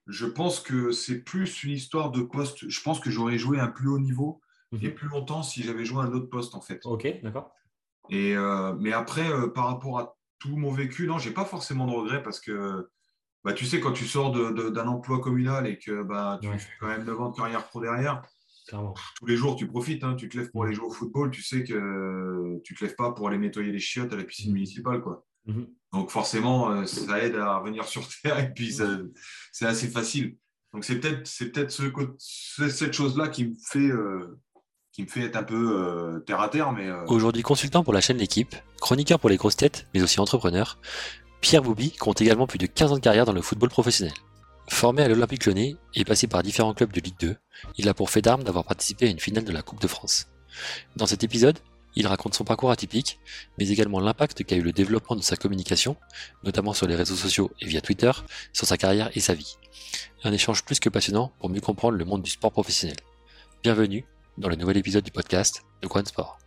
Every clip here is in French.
Je pense que c'est plus une histoire de poste. Je pense que j'aurais joué à un plus haut niveau et Mhm. plus longtemps si j'avais joué à un autre poste, en fait. Ok, d'accord. Mais après, par rapport à tout mon vécu, non, j'ai pas forcément de regrets parce que, bah, tu sais, quand tu sors d'un emploi communal et que bah, tu Ouais, fais quand même 9 ans de carrière pro derrière, clairement. tous les jours, tu profites, hein. Tu te lèves pour aller Mhm. jouer au football, tu sais que tu te lèves pas pour aller nettoyer les chiottes à la piscine Mhm. municipale, quoi. Mhm. Donc forcément, ça aide à revenir sur terre et puis c'est assez facile. Donc c'est peut-être cette chose-là qui me fait être un peu terre à terre, mais Aujourd'hui consultant pour la chaîne L'équipe, chroniqueur pour les grosses têtes, mais aussi entrepreneur, Pierre Bouby compte également plus de 15 ans de carrière dans le football professionnel. Formé à l'Olympique Lyonnais et passé par différents clubs de Ligue 2, il a pour fait d'armes d'avoir participé à une finale de la Coupe de France. Dans cet épisode, il raconte son parcours atypique, mais également l'impact qu'a eu le développement de sa communication, notamment sur les réseaux sociaux et via Twitter, sur sa carrière et sa vie. Un échange plus que passionnant pour mieux comprendre le monde du sport professionnel. Bienvenue dans le nouvel épisode du podcast de Quan Sport.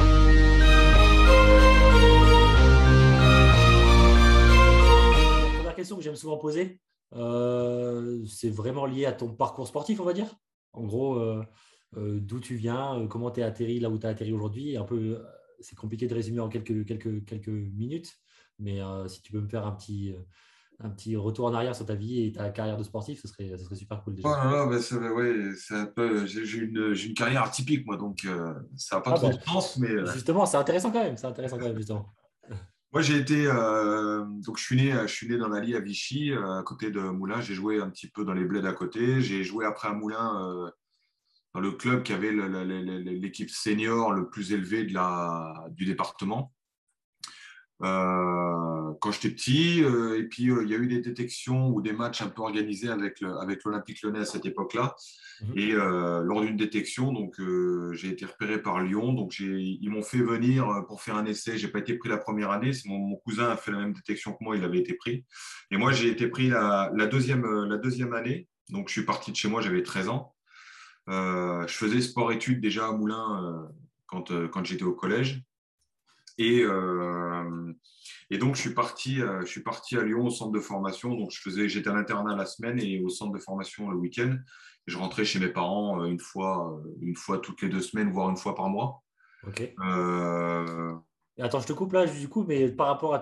La première question que j'aime souvent poser, c'est vraiment lié à ton parcours sportif, on va dire. En gros, d'où tu viens, comment tu es atterri là où tu as atterri aujourd'hui. Un peu, c'est compliqué de résumer en quelques minutes, mais si tu peux me faire un petit retour en arrière sur ta vie et ta carrière de sportif, ce serait super cool oh déjà. là là, bah, ouais, c'est un peu, j'ai une carrière atypique, moi, donc ça n'a pas Ah trop bah, de sens, mais justement, c'est intéressant quand même. C'est intéressant quand même, justement. moi j'ai été, donc je suis né dans l'Allier à Vichy, à côté de Moulins. J'ai joué un petit peu dans les bleds à côté. J'ai joué après à Moulins dans le club qui avait l'équipe senior le plus élevé du département. Quand j'étais petit. Et puis, il y a eu des détections ou des matchs un peu organisés avec l'Olympique Lyonnais à cette époque-là. Mhm. Et lors d'une détection, donc, j'ai été repéré par Lyon. Donc, ils m'ont fait venir pour faire un essai. J'ai pas été pris la première année. C'est mon cousin a fait la même détection que moi. Il avait été pris. Et moi, j'ai été pris la deuxième année. Donc, je suis parti de chez moi. J'avais 13 ans. Je faisais sport-études déjà à Moulins quand j'étais au collège. Et, euh, et donc, je suis parti à Lyon au centre de formation. Donc, j'étais à l'internat la semaine et au centre de formation le week-end. Et je rentrais chez mes parents une fois toutes les 2 semaines, voire une fois par mois. Ok. Euh, Et attends, je te coupe là, du coup, mais par rapport à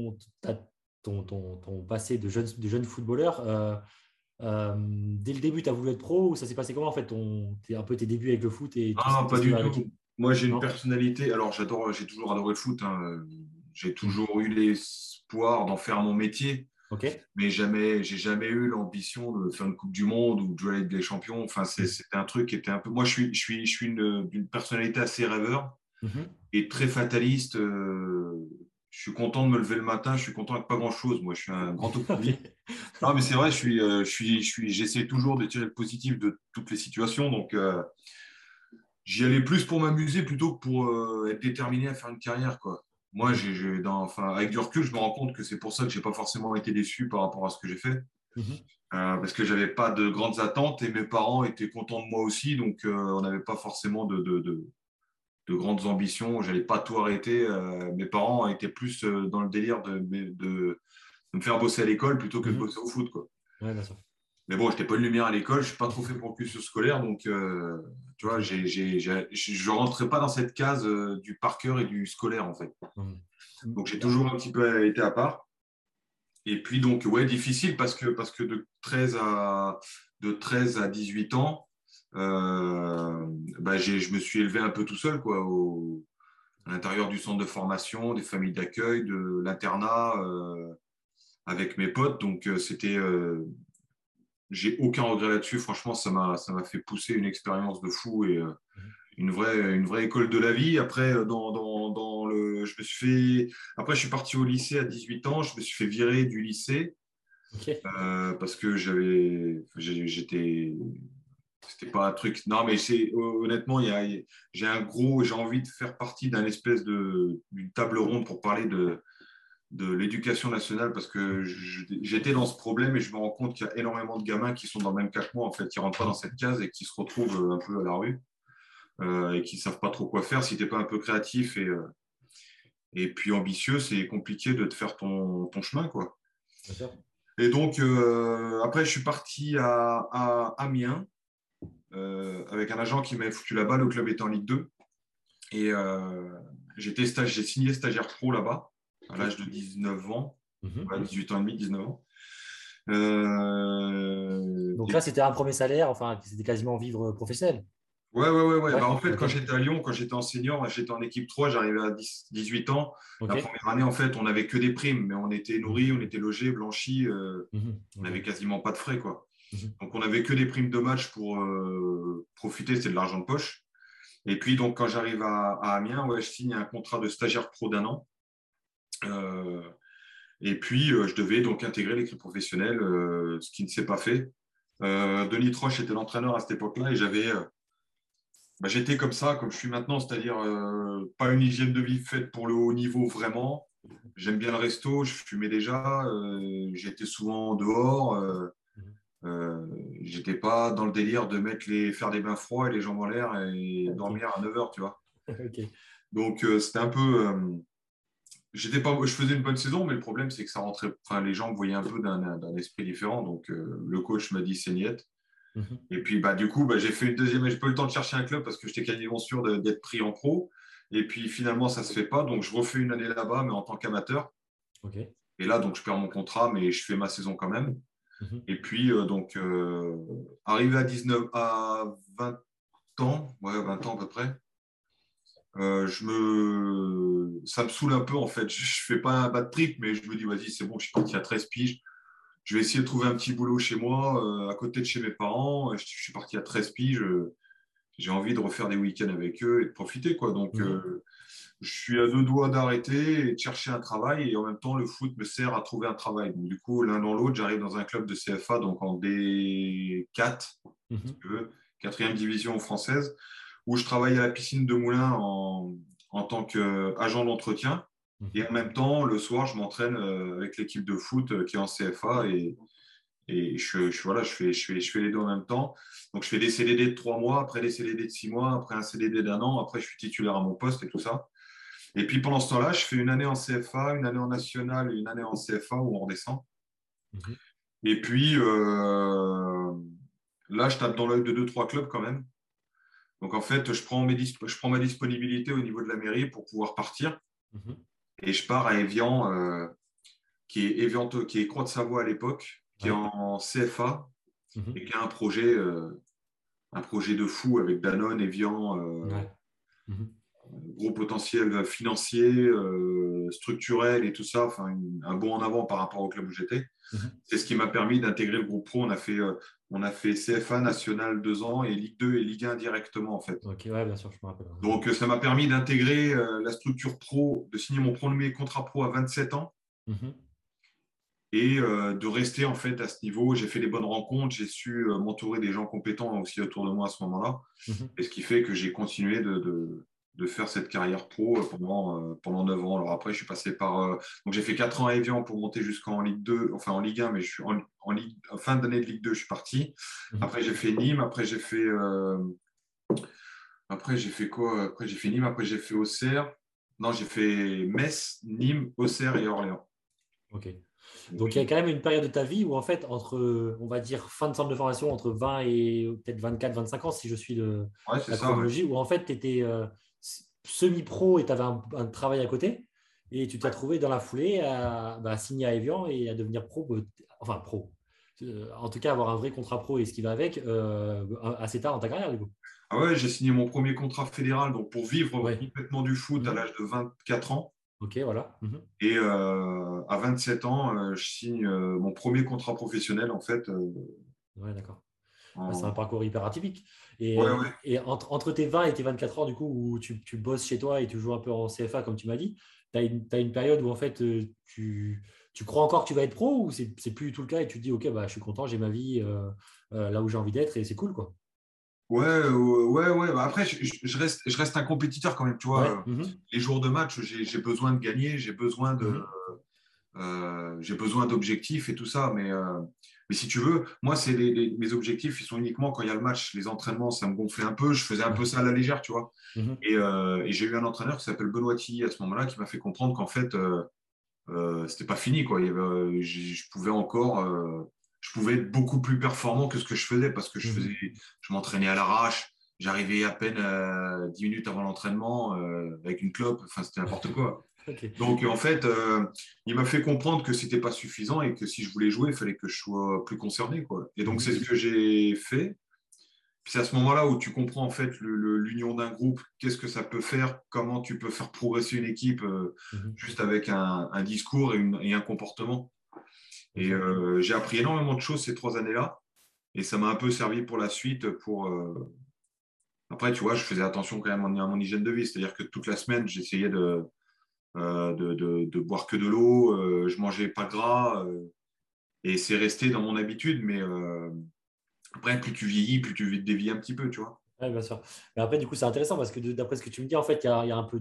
ton passé de jeune footballeur, dès le début, tu as voulu être pro ou ça s'est passé comment en fait, un peu tes débuts avec le foot et ah, tout pas ce qui du va avec? tout. Moi, j'ai une Non? personnalité. Alors, j'ai toujours adoré le foot, hein. J'ai Mhm. toujours eu l'espoir d'en faire mon métier. Ok. Mais j'ai jamais eu l'ambition de faire une Coupe du Monde ou de jouer avec des champions. Enfin, Mhm. c'était un truc qui était un peu. Moi, je suis d'une personnalité assez rêveur Mhm. et très fataliste. Je suis content de me lever le matin. Je suis content avec pas grand-chose. Moi, je suis un grand Ok. optimiste. Non, mais c'est vrai. J'essaie toujours de tirer le positif de toutes les situations. Donc, j'y allais plus pour m'amuser plutôt que pour être déterminé à faire une carrière, quoi. Moi, Ok. enfin, avec du recul, je me rends compte que c'est pour ça que j'ai pas forcément été déçu par rapport à ce que j'ai fait. Mhm. Parce que j'avais pas de grandes attentes et mes parents étaient contents de moi aussi, donc on n'avait pas forcément de grandes ambitions. J'allais pas tout arrêter. Mes parents étaient plus dans le délire de me faire bosser à l'école plutôt que de Mhm. bosser au foot, quoi. Ouais, bien sûr. Mais bon, j'étais pas une lumière à l'école, je suis pas trop fait pour le cursus scolaire, donc tu vois, Ok. je rentrais pas dans cette case du par cœur et du scolaire en fait. Mhm. Donc j'ai Ah, toujours un petit peu été à part. Et puis donc ouais, difficile parce que de 13 à 18 ans, bah, je me suis élevé un peu tout seul quoi, à l'intérieur du centre de formation, des familles d'accueil, de l'internat avec mes potes. Donc j'ai aucun regret là-dessus. Franchement, ça m'a fait pousser une expérience de fou et mhm. une vraie école de la vie. Après, après, je suis parti au lycée à 18 ans. Je me suis fait virer du lycée Ok. parce que c'était pas un truc. Non, mais honnêtement, j'ai envie de faire partie d'une table ronde pour parler de l'éducation nationale parce que j'étais dans ce problème et je me rends compte qu'il y a énormément de gamins qui sont dans le même cas que moi, en fait, qui rentrent pas dans cette case et qui se retrouvent un peu à la rue et qui savent pas trop quoi faire. Si t'es pas un peu créatif et puis ambitieux, c'est compliqué de te faire ton chemin, quoi. Bien sûr. Et donc, après, je suis parti à Amiens avec un agent qui m'avait foutu là-bas. Le club était en Ligue 2. Et j'ai signé stagiaire pro là-bas à l'âge de 19 ans, Mhm. 18 ans et demi, 19 ans. Donc Et là, c'était un premier salaire, enfin, c'était quasiment vivre professionnel. ouais. Ouais, Bah, en fait, ok. quand j'étais à Lyon, quand j'étais en senior, j'étais en équipe 3, j'arrivais à 18 ans. Ok. La première année, en fait, on n'avait que des primes, mais on était nourris, Mhm. on était logés, blanchis, Mhm. on Ok. n'avait quasiment pas de frais, quoi. Mhm. Donc, on n'avait que des primes de match pour profiter, c'est de l'argent de poche. Et puis, donc, quand j'arrive à Amiens, ouais, je signe un contrat de stagiaire pro d'un an. Euh, et puis, je devais donc intégrer l'équipe professionnelle, ce qui ne s'est pas fait. Denis Troche était l'entraîneur à cette époque-là et j'étais comme ça, comme je suis maintenant, c'est-à-dire pas une hygiène de vie faite pour le haut niveau vraiment. J'aime bien le resto, je fumais déjà, j'étais souvent dehors. Mhm. Euh, J'étais pas dans le délire de faire des bains froids et les jambes en l'air et Ok. dormir à 9 heures, tu vois. Ok. Donc, c'était un peu. J'étais pas, je faisais une bonne saison, mais le problème, c'est que ça rentrait. Enfin, les gens me voyaient un peu d'un esprit différent. Donc, le coach m'a dit c'est niette. Mhm. Et puis, du coup, j'ai fait une deuxième. J'ai pas eu le temps de chercher un club parce que j'étais quasiment sûr d'être pris en pro. Et puis, finalement, ça se fait pas. Donc, je refais une année là-bas, mais en tant qu'amateur. Ok. Et là, donc, je perds mon contrat, mais je fais ma saison quand même. Mhm. Et puis, arrivé à 19, à 20 ans, ouais, 20 ans à peu près, ça me saoule un peu en fait. Je fais pas un bad trip, mais je me dis, vas-y, c'est bon, je suis parti à 13 piges. Je vais essayer de trouver un petit boulot chez moi, à côté de chez mes parents. Je suis parti à 13 piges. J'ai envie de refaire des week-ends avec eux et de profiter, quoi. Donc, Mhm. je suis à deux doigts d'arrêter et de chercher un travail. Et en même temps, le foot me sert à trouver un travail. Donc, du coup, l'un dans l'autre, j'arrive dans un club de CFA, donc en D4, si Mhm. tu veux, quatrième division française, où je travaille à la piscine de Moulins en tant qu'agent d'entretien. Et Mhm. en même temps, le soir, je m'entraîne avec l'équipe de foot qui est en CFA et voilà, je fais les deux en même temps. Donc, je fais des CDD de 3 mois, après des CDD de 6 mois, après un CDD d'un an, après, je suis titulaire à mon poste et tout ça. Et puis, pendant ce temps-là, je fais une année en CFA, une année en national et une année en CFA où on redescend. Mhm. Et puis, là, je tape dans l'œil de deux, trois clubs quand même. Donc, en fait, je prends ma disponibilité au niveau de la mairie pour pouvoir partir. Mhm. Et je pars à Evian, qui est Croix de Savoie à l'époque, qui est Ouais. en CFA Mhm. et qui a un projet de fou avec Danone, Evian, Ouais. Mhm. gros potentiel financier, structurel et tout ça, enfin, un bond en avant par rapport au club où j'étais. Mhm. C'est ce qui m'a permis d'intégrer le groupe pro. On a fait CFA national 2 ans et Ligue 2 et Ligue 1 directement, en fait. Ok, ouais, bien sûr, je me rappelle. Donc, ça m'a permis d'intégrer la structure pro, de signer mon premier contrat pro à 27 ans Mhm. et de rester en fait à ce niveau. J'ai fait des bonnes rencontres, j'ai su m'entourer des gens compétents aussi autour de moi à ce moment-là. Mhm. Et ce qui fait que j'ai continué de faire cette carrière pro pendant 9 ans. Alors après, je suis passé donc j'ai fait 4 ans à Evian pour monter jusqu'en Ligue 2, enfin en Ligue 1, mais je suis en fin d'année de Ligue 2, je suis parti. Mhm. Après, j'ai fait Nîmes, après j'ai fait quoi? Après, j'ai fait Nîmes, après j'ai fait Auxerre. Non, j'ai fait Metz, Nîmes, Auxerre et Orléans. Ok. Donc, Donc, il y a quand même une période de ta vie où, en fait, entre, on va dire, fin de centre de formation, entre 20 et peut-être 24, 25 ans, si je suis ouais, c'est la ça, ouais. chronologie, où, en fait, tu étais semi-pro et tu avais un travail à côté. Et tu t'es Ouais. retrouvé dans la foulée à signer à Evian et à devenir pro, enfin pro. En tout cas, avoir un vrai contrat pro et ce qui va avec assez tard dans ta carrière, du coup. Ah ouais, j'ai signé mon premier contrat fédéral donc pour vivre Ouais. complètement du foot à Mhm. l'âge de 24 ans. Ok, voilà. Mhm. Et à 27 ans, je signe mon premier contrat professionnel, en fait. Ouais, d'accord. Ouais, c'est un En... parcours hyper atypique. Ouais, Et, ouais. et entre tes 20 et tes 24 ans, du coup, où tu bosses chez toi et tu joues un peu en CFA, comme tu m'as dit, t'as une période où en fait tu crois encore que tu vas être pro ou c'est plus du tout le cas et tu te dis, OK, bah, je suis content, j'ai ma vie là où j'ai envie d'être et c'est cool, quoi. Ouais, ouais. Bah, après, je reste un compétiteur quand même, tu vois. Ouais. Mhm. Les jours de match, j'ai besoin de gagner, Mhm. j'ai besoin d'objectifs et tout ça. Mais si tu veux, moi, mes objectifs, ils sont uniquement quand il y a le match. Les entraînements, ça me gonflait un peu. Je faisais un peu Ouais. ça à la légère, tu vois. Mhm. Et j'ai eu un entraîneur qui s'appelle Benoît Tilly à ce moment-là qui m'a fait comprendre qu'en fait, c'était pas fini, quoi. Je pouvais être beaucoup plus performant que ce que je faisais parce que je m'entraînais à l'arrache. J'arrivais à peine 10 minutes avant l'entraînement avec une clope. Enfin, c'était n'importe quoi. Ok. Donc, en fait, il m'a fait comprendre que c'était pas suffisant et que si je voulais jouer, il fallait que je sois plus concerné, quoi. Et donc, c'est ce que j'ai fait. Puis c'est à ce moment-là où tu comprends en fait l'union d'un groupe, qu'est-ce que ça peut faire, comment tu peux faire progresser une équipe Mhm. juste avec un discours et un comportement. Bien Et sûr. j'ai appris énormément de choses ces 3 années-là. Et ça m'a un peu servi pour la suite. Après, tu vois, je faisais attention quand même à mon hygiène de vie. C'est-à-dire que toute la semaine, j'essayais de boire que de l'eau. Je mangeais pas de gras. Et c'est resté dans mon habitude. Mais après, plus tu vieillis, plus tu dévies un petit peu, tu vois. Ouais, bien sûr. Mais après, du coup, c'est intéressant parce que d'après ce que tu me dis, en fait, il y a un peu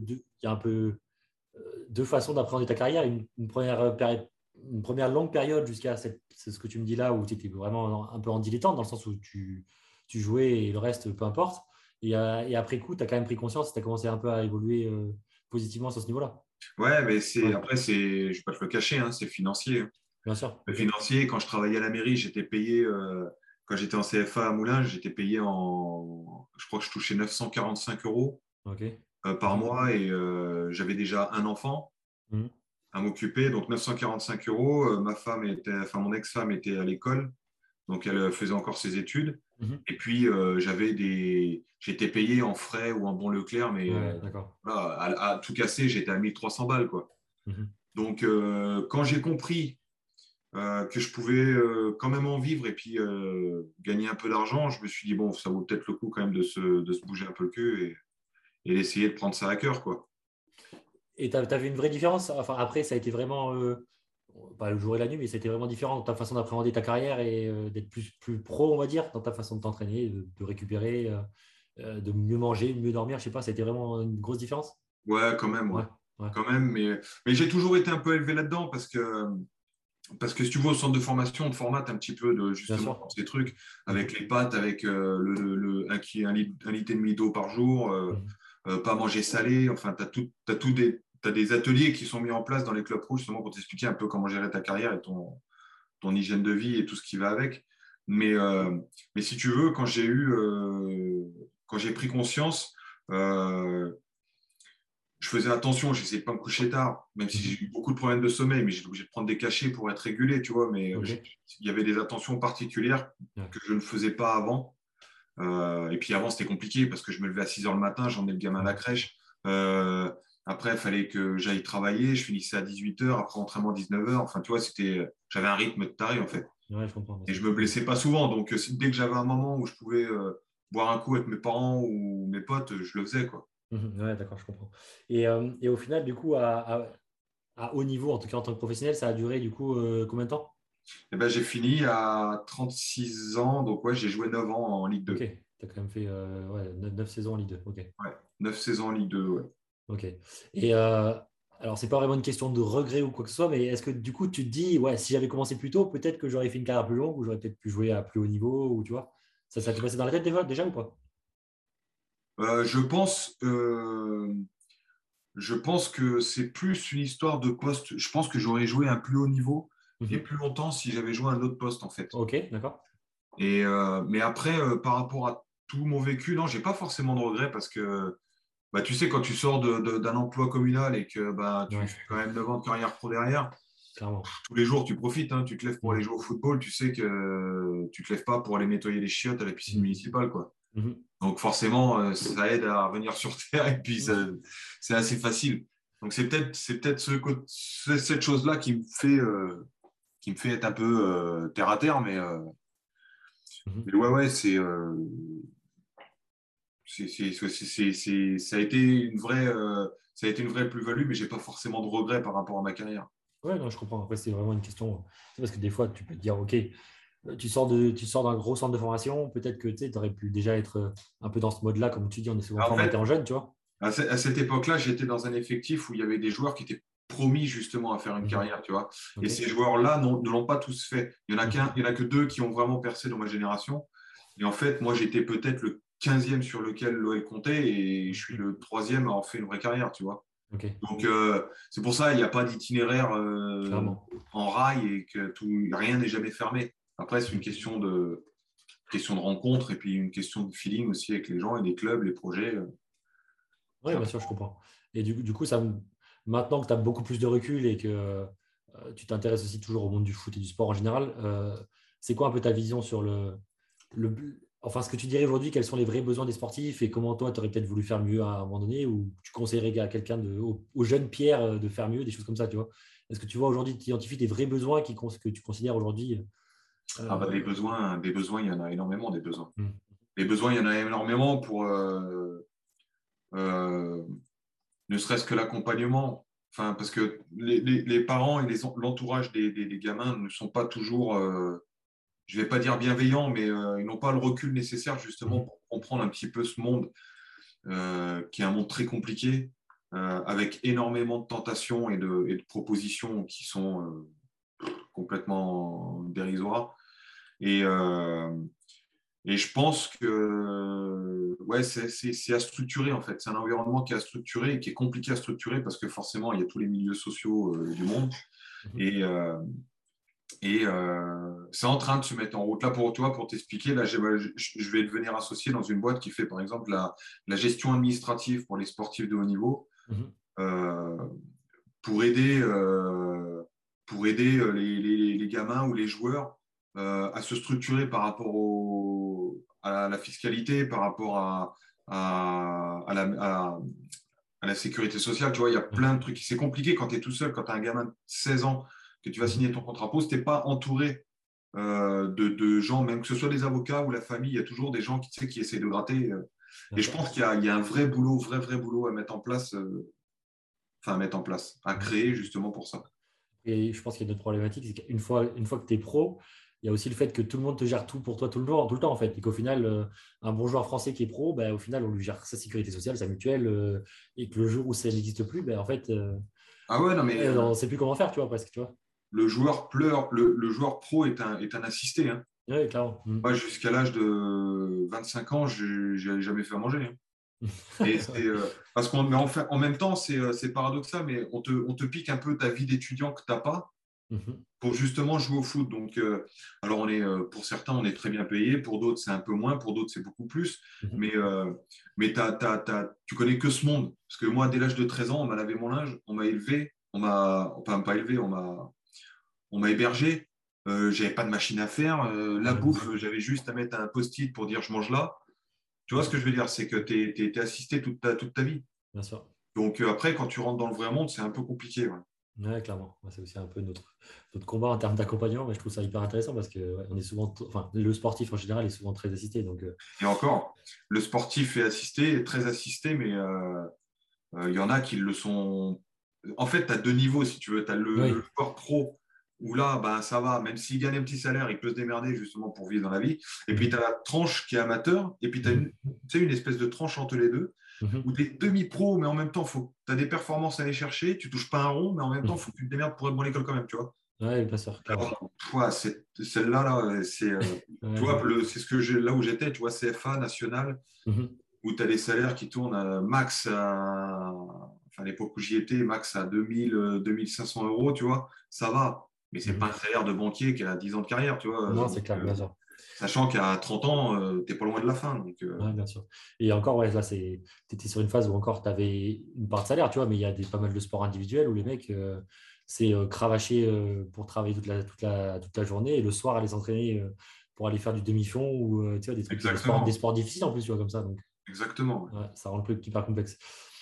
deux façons d'appréhender ta carrière. Une première période, une première longue période jusqu'à c'est ce que tu me dis là, où tu étais vraiment un peu en dilettante, dans le sens où tu jouais et le reste, peu importe. Et après coup, tu as quand même pris conscience, tu as commencé un peu à évoluer positivement sur ce niveau-là. Ouais, mais Ouais, après, je vais pas te le cacher, hein, c'est financier, hein. bien sûr. Le Ok. financier, quand je travaillais à la mairie, j'étais payé, quand j'étais en CFA à Moulins, j'étais payé je crois que je touchais 945 euros Ok. par mois et j'avais déjà un enfant Mhm. à m'occuper, donc 945 euros. Mon ex-femme était à l'école, donc elle faisait encore ses études. Mhm. Et puis j'étais payé en frais ou en bon Leclerc, mais Ouais, d'accord. voilà, à tout casser, j'étais à 1300 balles, quoi. Mhm. Donc quand j'ai compris que je pouvais quand même en vivre et puis gagner un peu d'argent, je me suis dit, bon, ça vaut peut-être le coup quand même de se bouger un peu le cul et d'essayer de prendre ça à cœur, quoi. Et tu as vu une vraie différence? Enfin, après, ça a été vraiment, pas le jour et la nuit, mais c'était vraiment différent dans ta façon d'appréhender ta carrière et d'être plus pro, on va dire, dans ta façon de t'entraîner, de récupérer, de mieux manger, de mieux dormir. Je sais pas, ça a été vraiment une grosse différence? Ouais, quand même, ouais. Ouais, ouais, Quand même, mais j'ai toujours été un peu élevé là-dedans parce que si tu vas au centre de formation, on te formate un petit peu de bien justement sûr. ces trucs Mhm, avec les pâtes, avec un litre et demi d'eau par jour, mhm. pas manger salé. Enfin, t'as des ateliers qui sont mis en place dans les clubs rouges justement pour t'expliquer un peu comment gérer ta carrière et ton hygiène de vie et tout ce qui va avec. Mais, euh, mais si tu veux, quand j'ai pris conscience, euh, je faisais attention, j'essayais de pas me coucher tard, même si Mhm. j'ai eu beaucoup de problèmes de sommeil, mais j'étais obligé de prendre des cachets pour être régulé, tu vois. Mais Ok. il y avait des attentions particulières Ouais. que je ne faisais pas avant. Et puis avant, c'était compliqué parce que je me levais à 6 heures le matin, j'emmenais le gamin à la Mhm. crèche. Euh, Après, il fallait que j'aille travailler, je finissais à 18 heures, après entraînement 19 heures. Enfin, tu vois, j'avais un rythme de taré en fait. Ouais, je comprends, bien Et sûr. je me Mhm. blessais pas souvent. Donc, dès que j'avais un moment où je pouvais boire un coup avec mes parents ou mes potes, je le faisais, quoi. Mhm. Ouais, d'accord, je comprends. Et au final, du coup, à haut niveau, en tout cas en tant que professionnel, ça a duré du coup combien de temps? Eh ben, j'ai fini à 36 ans, donc ouais, j'ai joué 9 ans en Ligue Ok, 2. tu as quand même fait ouais, 9 saisons en Ligue 2. Ok. Ouais, 9 saisons en Ligue 2, ouais. Ok. Et alors, c'est pas vraiment une question de regret ou quoi que ce soit, mais est-ce que du coup, tu te dis, ouais, si j'avais commencé plus tôt, peut-être que j'aurais fait une carrière plus longue ou j'aurais peut-être pu jouer à plus haut niveau ou tu vois, ça t'est passé dans la tête déjà ou pas? Euh, je pense, euh, je pense que c'est plus une histoire de poste. Je pense que j'aurais joué à un plus haut niveau et Mhm. plus longtemps si j'avais joué à un autre poste, en fait. Ok, d'accord. Mais après, par rapport à tout mon vécu, non, j'ai pas forcément de regrets parce que, bah, tu sais, quand tu sors d'un emploi communal et que bah, tu Ouais, fais quand même 9 ans de carrière pro derrière, clairement. tous les jours, tu profites, hein, tu te lèves pour aller Mhm. jouer au football, tu sais que tu te lèves pas pour aller nettoyer les chiottes à la piscine Mhm. municipale, quoi. Mhm. Donc forcément, ça aide à revenir sur terre et puis c'est assez facile. Donc c'est peut-être cette chose-là qui me fait être un peu terre à terre, Mhm. mais ouais, ouais, ça a été ça a été une vraie plus-value, mais j'ai pas forcément de regrets par rapport à ma carrière. Ouais, non, je comprends. Après, c'est vraiment une question. C'est parce que des fois, tu peux te dire, ok, tu sors d'un gros centre de formation, peut-être que tu aurais pu déjà être un peu dans ce mode-là, comme tu dis, on est souvent En formaté fait, en jeune, tu vois. à cette époque-là, j'étais dans un effectif où il y avait des joueurs qui étaient promis justement à faire une Mhm. carrière, tu vois. Et Ok. ces joueurs-là ne l'ont pas tous fait. Mhm. Il y en a que deux qui ont vraiment percé dans ma génération. Et en fait, moi, j'étais peut-être le 15e sur lequel l'OL comptait et je suis Mhm. le troisième à avoir fait une vraie carrière, tu vois. Ok, Donc, c'est pour ça qu'il n'y a pas d'itinéraire clairement. en rail et que rien n'est jamais fermé. Après, c'est une question de rencontre et puis une question de feeling aussi avec les gens et les clubs, les projets. Oui, bien sûr, je comprends. Et du coup, maintenant que tu as beaucoup plus de recul et que tu t'intéresses aussi toujours au monde du foot et du sport en général, c'est quoi un peu ta vision sur enfin, ce que tu dirais aujourd'hui, quels sont les vrais besoins des sportifs et comment toi, tu aurais peut-être voulu faire mieux à un moment donné ou tu conseillerais à quelqu'un, au jeune Pierre, de faire mieux, des choses comme ça, tu vois? Est-ce que tu vois aujourd'hui, tu identifies des vrais besoins que tu considères aujourd'hui? Ah bah, euh, des besoins, il y en a énormément, des besoins. hmm, Des besoins, il y en a énormément pour euh, ne serait-ce que l'accompagnement. Enfin, parce que les parents et l'entourage des gamins ne sont pas toujours, je ne vais pas dire bienveillants, mais ils n'ont pas le recul nécessaire justement hmm, pour comprendre un petit peu ce monde qui est un monde très compliqué, avec énormément de tentations et de propositions qui sont complètement dérisoires. Et, euh, et je pense que ouais, c'est à structurer en fait. C'est un environnement qui est à structurer et qui est compliqué à structurer parce que forcément, il y a tous les milieux sociaux du monde. hmm, Et, c'est en train de se mettre en route. Là, pour toi, pour t'expliquer, là, je vais devenir associé dans une boîte qui fait, par exemple, la gestion administrative pour les sportifs de haut niveau hmm, euh, pour aider les gamins ou les joueurs à se structurer par rapport à la fiscalité, par rapport à la sécurité sociale. Tu vois, il y a hmm, plein de trucs. C'est compliqué quand tu es tout seul, quand tu es un gamin de 16 ans, que tu vas hmm, signer ton contrat pro, si tu n'es pas entouré de gens, même que ce soit des avocats ou la famille, il y a toujours des gens qui essaient de gratter. Et je d'accord. pense qu'il y a un vrai boulot, vrai boulot à mettre en place, à Hmm. créer justement pour ça. Et je pense qu'il y a une autre problématique, c'est qu'une fois que tu es pro, il y a aussi le fait que tout le monde te gère tout pour toi tout le temps en fait. Et qu'au final, un bon joueur français qui est pro, ben, au final, on lui gère sa sécurité sociale, sa mutuelle, et que le jour où ça n'existe plus, ben, en fait, Ah ouais, non, mais ouais, on ne sait plus comment faire, tu vois, presque, tu vois. le joueur pleure, le joueur pro est un assisté, hein. Oui, clairement. Mm. Moi, jusqu'à l'âge de 25 ans, je n'avais jamais fait à manger, hein. Et c'est parce mais en même temps, c'est paradoxal, mais on te pique un peu ta vie d'étudiant que tu n'as pas Mhm. pour justement jouer au foot. Donc, alors pour certains, on est très bien payé, pour d'autres, c'est un peu moins, pour d'autres, c'est beaucoup plus. Mhm. Mais tu connais que ce monde. Parce que moi, dès l'âge de 13 ans, on m'a lavé mon linge, on m'a élevé, enfin pas élevé, on m'a hébergé. J'avais pas de machine à faire. La Ouais, bien sûr. bouffe, j'avais juste à mettre un post-it pour dire je mange là. Tu vois ce que je veux dire? C'est que tu es assisté toute ta vie. Bien sûr. Donc après, quand tu rentres dans le vrai monde, c'est un peu compliqué. Ouais. Ouais, clairement. Ouais, c'est aussi un peu notre combat en termes d'accompagnement, mais je trouve ça hyper intéressant parce que ouais, on est souvent, enfin, le sportif en général est souvent très assisté. Donc, Et encore, le sportif est assisté, est très assisté, mais il y en a qui le sont. En fait, tu as deux niveaux, si tu veux. Tu as le oui. sport pro, où là, ben, ça va, même s'il gagne un petit salaire, il peut se démerder justement pour vivre dans la vie. Et puis, tu as Mhm. la tranche qui est amateur, et puis tu as Mhm. une espèce de tranche entre les deux, Mhm. où tu es demi-pro, mais en même temps, tu as des performances à aller chercher, tu touches pas un rond, mais en même temps, il Mhm. faut que tu te démerdes pour être bon à l'école quand même, tu vois. Ouais, bien sûr, clairement. Alors, ouais, celle-là, là, tu Ouais, je vois, vois. c'est là où j'étais, tu vois, CFA national, Mhm. où tu as des salaires qui tournent enfin, à l'époque où j'y étais, max à 2000, 2500 euros, tu vois, ça va. Mais c'est pas un Mhm. salaire de banquier qui a 10 ans de carrière, tu vois. Non, c'est clair, bien sûr. Sachant qu'à 30 ans, tu n'es pas loin de la fin. Donc, Ouais, bien sûr. Et encore, ouais, là, tu étais sur une phase où encore tu avais une part de salaire, tu vois, mais il y a pas mal de sports individuels où les mecs, c'est cravacher pour travailler toute la journée et le soir aller s'entraîner pour aller faire du demi-fond ou tu vois, des exactement. sports difficiles en plus, tu vois, comme ça. Donc, Exactement. Ouais. ouais, ça rend le truc hyper complexe.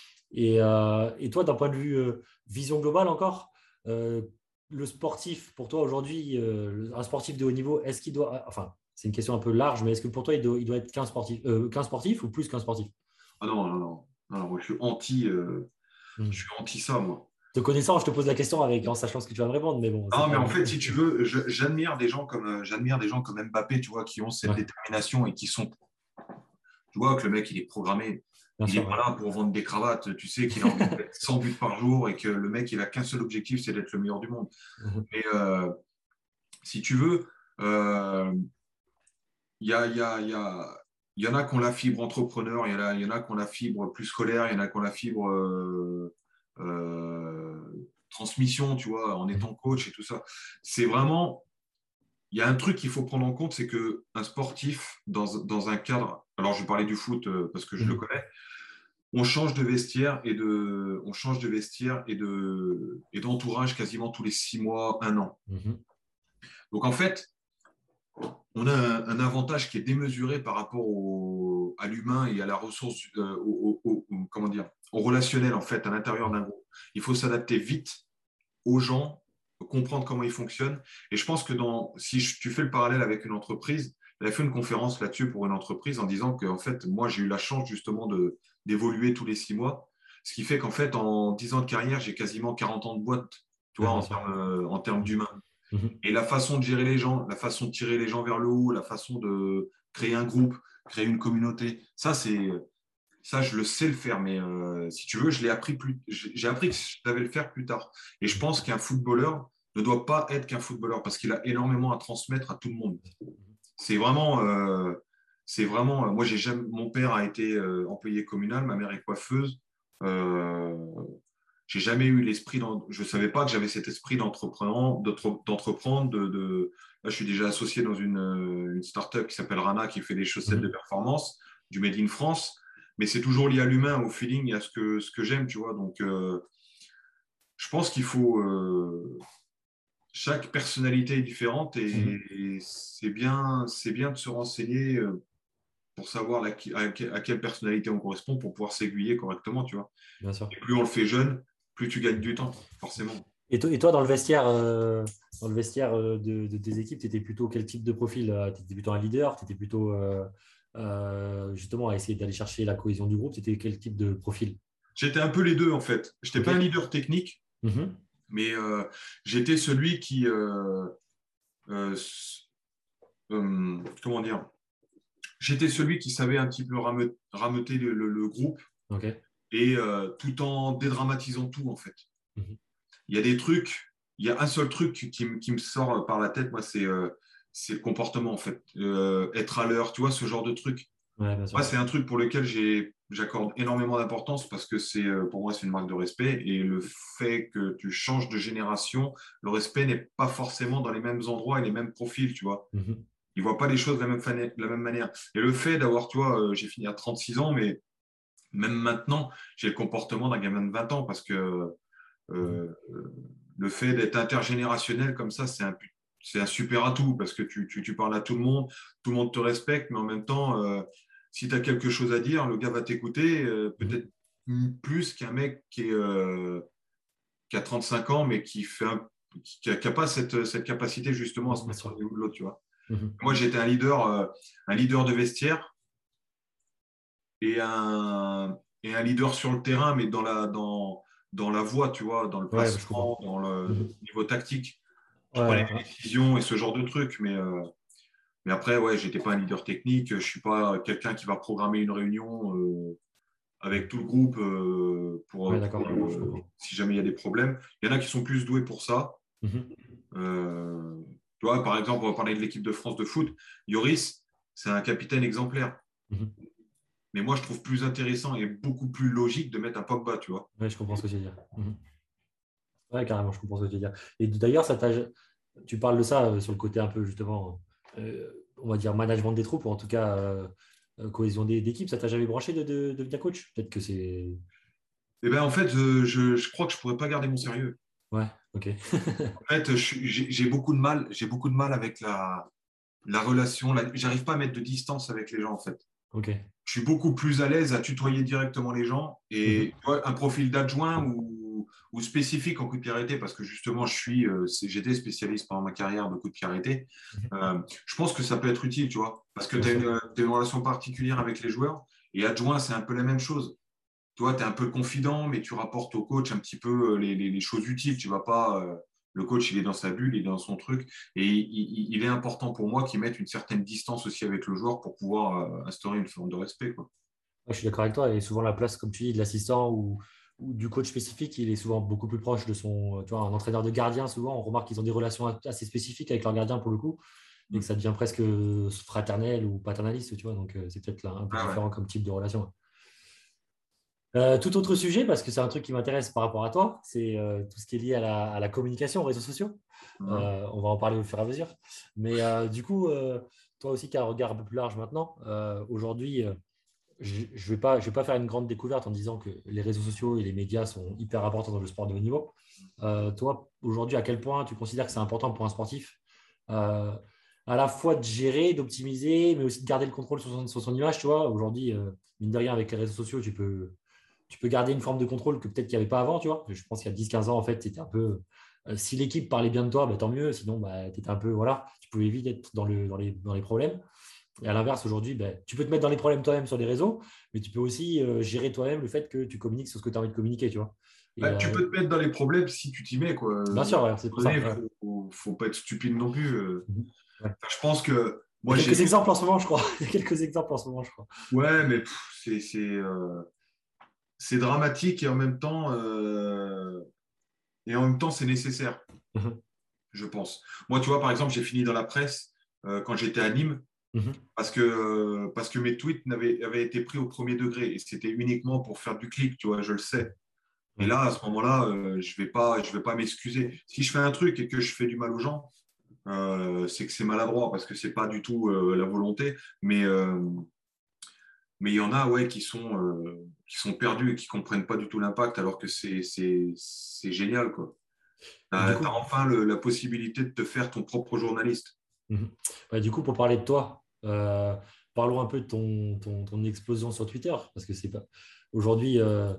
Et toi, d'un point de vue vision globale encore, euh, le sportif, pour toi aujourd'hui, un sportif de haut niveau, est-ce qu'il doit, enfin, c'est une question un peu large, mais est-ce que pour toi, il doit être qu'un sportif ou plus qu'un sportif? Ah non, non, non. Non, moi, je suis anti ça, moi. Te connaissant, je te pose la question en sachant ce que tu vas me répondre, mais bon, c'est Non, mais pas. en fait, si tu veux, j'admire des gens comme Mbappé, tu vois, qui ont cette Ouais, détermination et qui sont, tu vois, que le mec, il est programmé. bien Il n'est sûr, pas ouais. là pour vendre des cravates. Tu sais qu'il a envie de mettre 100 buts par jour et que le mec, il a qu'un seul objectif, c'est d'être le meilleur du monde. Mhm. Mais si tu veux, euh, il y a, il y a, il y a, il y en a qui ont la fibre entrepreneur, il y en a qui ont la fibre plus scolaire, il y en a qui ont la fibre transmission, tu vois, en étant coach et tout ça. C'est vraiment, il y a un truc qu'il faut prendre en compte, c'est qu'un sportif, dans un cadre, alors je vais parler du foot parce que je le connais, on change de vestiaire et d'entourage quasiment tous les 6 mois, un an. Donc en fait, on a un avantage qui est démesuré par rapport à l'humain et à la ressource, comment dire, au relationnel en fait à l'intérieur d'un groupe. Il faut s'adapter vite aux gens, comprendre comment ils fonctionnent. Et je pense que si tu fais le parallèle avec une entreprise, elle a fait une conférence là-dessus pour une entreprise en disant que en fait, moi, j'ai eu la chance justement d'évoluer tous les 6 mois, ce qui fait qu'en fait, en 10 ans de carrière, j'ai quasiment 40 ans de boîte, tu vois, en termes d'humain. Et la façon de gérer les gens, la façon de tirer les gens vers le haut, la façon de créer un groupe, créer une communauté, ça, je le sais le faire, mais si tu veux, j'ai appris que je devais le faire plus tard. Et je pense qu'un footballeur ne doit pas être qu'un footballeur parce qu'il a énormément à transmettre à tout le monde. Moi, mon père a été employé communal, ma mère est coiffeuse. J'ai jamais eu je savais pas que j'avais cet esprit d'entreprendre. Là, je suis déjà associé dans une start-up qui s'appelle Rana, qui fait des chaussettes de performance, du Made in France. Mais c'est toujours lié à l'humain, au feeling et à ce que j'aime, tu vois. Donc, je pense qu'il faut. Chaque personnalité est différente et c'est bien de se renseigner pour savoir à quelle personnalité on correspond pour pouvoir s'aiguiller correctement, tu vois. Bien sûr. Et plus on le fait jeune, plus tu gagnes du temps, forcément. Et toi, dans le vestiaire, des équipes, tu étais plutôt quel type de profil? Tu étais plutôt un leader? Tu étais plutôt justement à essayer d'aller chercher la cohésion du groupe? Tu étais quel type de profil? J'étais un peu les deux, en fait. Je n'étais Ok. pas un leader technique, mais j'étais celui qui. Comment dire? J'étais celui qui savait un petit peu rameuter le groupe et tout en dédramatisant tout, en fait. Il y a des trucs, il y a un seul truc qui me sort par la tête, moi, c'est le comportement, en fait. Être à l'heure, tu vois, ce genre de truc. Ouais, bien sûr. Moi, c'est un truc pour lequel j'accorde énormément d'importance parce que pour moi, c'est une marque de respect. Et le fait que tu changes de génération, le respect n'est pas forcément dans les mêmes endroits et les mêmes profils, tu vois. Ils ne voient pas les choses de la même manière. Et le fait d'avoir, tu vois, j'ai fini à 36 ans, mais même maintenant, j'ai le comportement d'un gamin de 20 ans parce que le fait d'être intergénérationnel comme ça, c'est un super atout parce que tu parles à tout le monde te respecte, mais en même temps, si tu as quelque chose à dire, le gars va t'écouter, peut-être plus qu'un mec qui a 35 ans, mais qui n'a pas cette capacité justement à se mettre au niveau de l'autre, tu vois. Moi, j'étais un leader de vestiaire et un leader sur le terrain, mais dans la voie, tu vois, dans le placement, dans le niveau tactique. Je prenais des décisions et ce genre de trucs, mais après, ouais, j'étais pas un leader technique. Je suis pas quelqu'un qui va programmer une réunion avec tout le groupe si jamais il y a des problèmes. Il y en a qui sont plus doués pour ça. Tu vois, par exemple, on va parler de l'équipe de France de foot. Yoris, c'est un capitaine exemplaire. Mais moi, je trouve plus intéressant et beaucoup plus logique de mettre un Pogba, tu vois. Oui, je comprends ce que tu veux dire. Oui, carrément, je comprends ce que tu veux dire. Et d'ailleurs, tu parles de ça sur le côté un peu, justement, on va dire management des troupes, ou en tout cas cohésion d'équipe. Ça t'a jamais branché de devenir coach? Peut-être que c'est… Eh ben, en fait, je crois que je pourrais pas garder mon sérieux. Ouais, ok. En fait, j'ai beaucoup de mal. J'ai beaucoup de mal avec la relation. J'arrive pas à mettre de distance avec les gens, en fait. Ok. Je suis beaucoup plus à l'aise à tutoyer directement les gens. Et tu vois, un profil d'adjoint ou spécifique en coup de pied arrêté, parce que justement, j'étais spécialiste pendant ma carrière de coup de pied arrêté. Je pense que ça peut être utile, tu vois, parce que tu as une relation particulière avec les joueurs. Et adjoint, c'est un peu la même chose. Tu vois, tu es un peu confident, mais tu rapportes au coach un petit peu les choses utiles. Tu vas pas. Le coach, il est dans sa bulle, il est dans son truc. Et il est important pour moi qu'il mette une certaine distance aussi avec le joueur pour pouvoir instaurer une forme de respect, quoi. Je suis d'accord avec toi. Et souvent, la place, comme tu dis, de l'assistant ou du coach spécifique, il est souvent beaucoup plus proche de son… Tu vois, un entraîneur de gardien, souvent, on remarque qu'ils ont des relations assez spécifiques avec leur gardien pour le coup, et que ça devient presque fraternel ou paternaliste, tu vois. Donc, c'est peut-être un peu différent comme type de relation. Tout autre sujet, parce que c'est un truc qui m'intéresse par rapport à toi, c'est tout ce qui est lié à la communication, aux réseaux sociaux. Hein. On va en parler au fur et à mesure. Mais du coup, toi aussi qui as un regard un peu plus large maintenant, aujourd'hui, je vais pas faire une grande découverte en disant que les réseaux sociaux et les médias sont hyper importants dans le sport de haut niveau. Toi, aujourd'hui, à quel point tu considères que c'est important pour un sportif euh, à la fois de gérer, d'optimiser, mais aussi de garder le contrôle sur son image, tu vois. Aujourd'hui, mine de rien, avec les réseaux sociaux, tu peux garder une forme de contrôle que peut-être qu'il n'y avait pas avant, tu vois. Je pense qu'il y a 10-15 ans, en fait, c'était un peu. Si l'équipe parlait bien de toi, bah, tant mieux. Sinon, bah, tu étais un peu. Voilà, tu pouvais vite être dans les problèmes. Et à l'inverse, aujourd'hui, bah, tu peux te mettre dans les problèmes toi-même sur les réseaux, mais tu peux aussi gérer toi-même le fait que tu communiques sur ce que tu as envie de communiquer, tu vois. Et Bah, tu peux te mettre dans les problèmes si tu t'y mets, quoi. bien sûr, ouais, c'est pour ça. Il Ouais. faut pas être stupide non plus. Mhm. Ouais. Enfin, je pense que Il moi, y a j'ai. quelques exemples en ce moment, je crois. Il y a quelques exemples en ce moment, je crois. Ouais, mais c'est dramatique et en même temps, c'est nécessaire, Mhm. je pense. Moi, tu vois, par exemple, j'ai fini dans la presse quand j'étais à Nîmes Mhm. parce que mes tweets avaient été pris au premier degré et c'était uniquement pour faire du clic, tu vois, je le sais. Et Ouais. là, à ce moment-là, je vais pas m'excuser. Si je fais un truc et que je fais du mal aux gens, c'est que c'est maladroit parce que c'est pas du tout la volonté. Mais il y en a, ouais, qui sont perdus et qui comprennent pas du tout l'impact alors que c'est génial, quoi. Et T'as, du t'as coup, enfin la possibilité de te faire ton propre journaliste. mhm. Ouais, du coup, pour parler de toi, parlons un peu de ton explosion sur Twitter, parce que c'est pas. Aujourd'hui,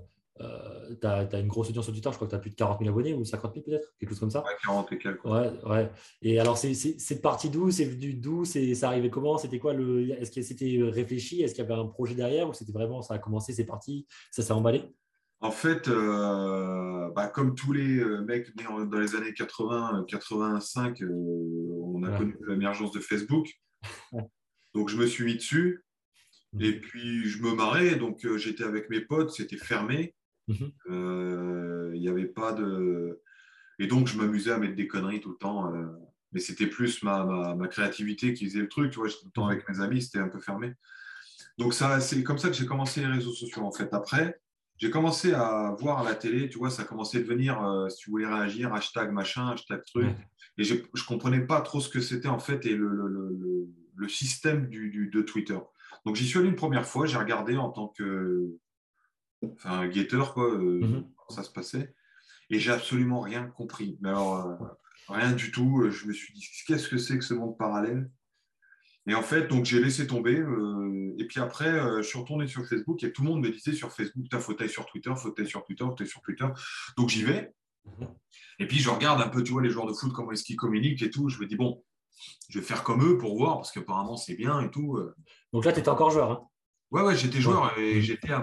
tu as une grosse audience sur Twitter, je crois que tu as plus de 40 000 abonnés ou 50 000 peut-être, quelque chose comme ça. À 40 et quelques, quoi. Ouais, ouais. Et alors, c'est parti d'où? C'est venu d'où? Ça arrivait comment? C'était quoi le. Est-ce que c'était réfléchi? Est-ce qu'il y avait un projet derrière? Ou c'était vraiment, ça a commencé, c'est parti, ça s'est emballé? En fait, comme tous les mecs nés dans les années 80, 85, on a Ouais. connu l'émergence de Facebook. Ouais. Donc, je me suis mis dessus. Et Mhm. puis, je me marrais. Donc, j'étais avec mes potes, c'était fermé. Mhm. Il n'y avait pas de. Et donc, je m'amusais à mettre des conneries tout le temps. Mais c'était plus ma créativité qui faisait le truc. Tu vois, j'étais tout le temps Mhm. avec mes amis, c'était un peu fermé. Donc, ça, c'est comme ça que j'ai commencé les réseaux sociaux, en fait. Après, j'ai commencé à voir à la télé, tu vois, ça commençait à devenir, si tu voulais réagir, hashtag machin, hashtag truc. Ouais. Et je ne comprenais pas trop ce que c'était, en fait, et le système de Twitter. Donc, j'y suis allé une première fois, j'ai regardé en tant que, enfin, guetteur, quoi, Mhm. comment ça se passait. Et j'ai absolument rien compris. Mais alors, rien du tout. Je me suis dit, qu'est-ce que c'est que ce monde parallèle? Et en fait, donc j'ai laissé tomber. Et puis après, je suis retourné sur Facebook et tout le monde me disait sur Facebook, t'as faut t'aller sur Twitter, faut t'aller sur Twitter, faut t'aller sur Twitter. Donc j'y vais. Mhm. Et puis je regarde un peu, tu vois, les joueurs de foot, comment est-ce qu'ils communiquent et tout. Je me dis, bon, je vais faire comme eux pour voir, parce qu'apparemment c'est bien et tout. Donc là, tu étais encore joueur, hein? Ouais, ouais, j'étais Ouais. joueur et Mhm. j'étais à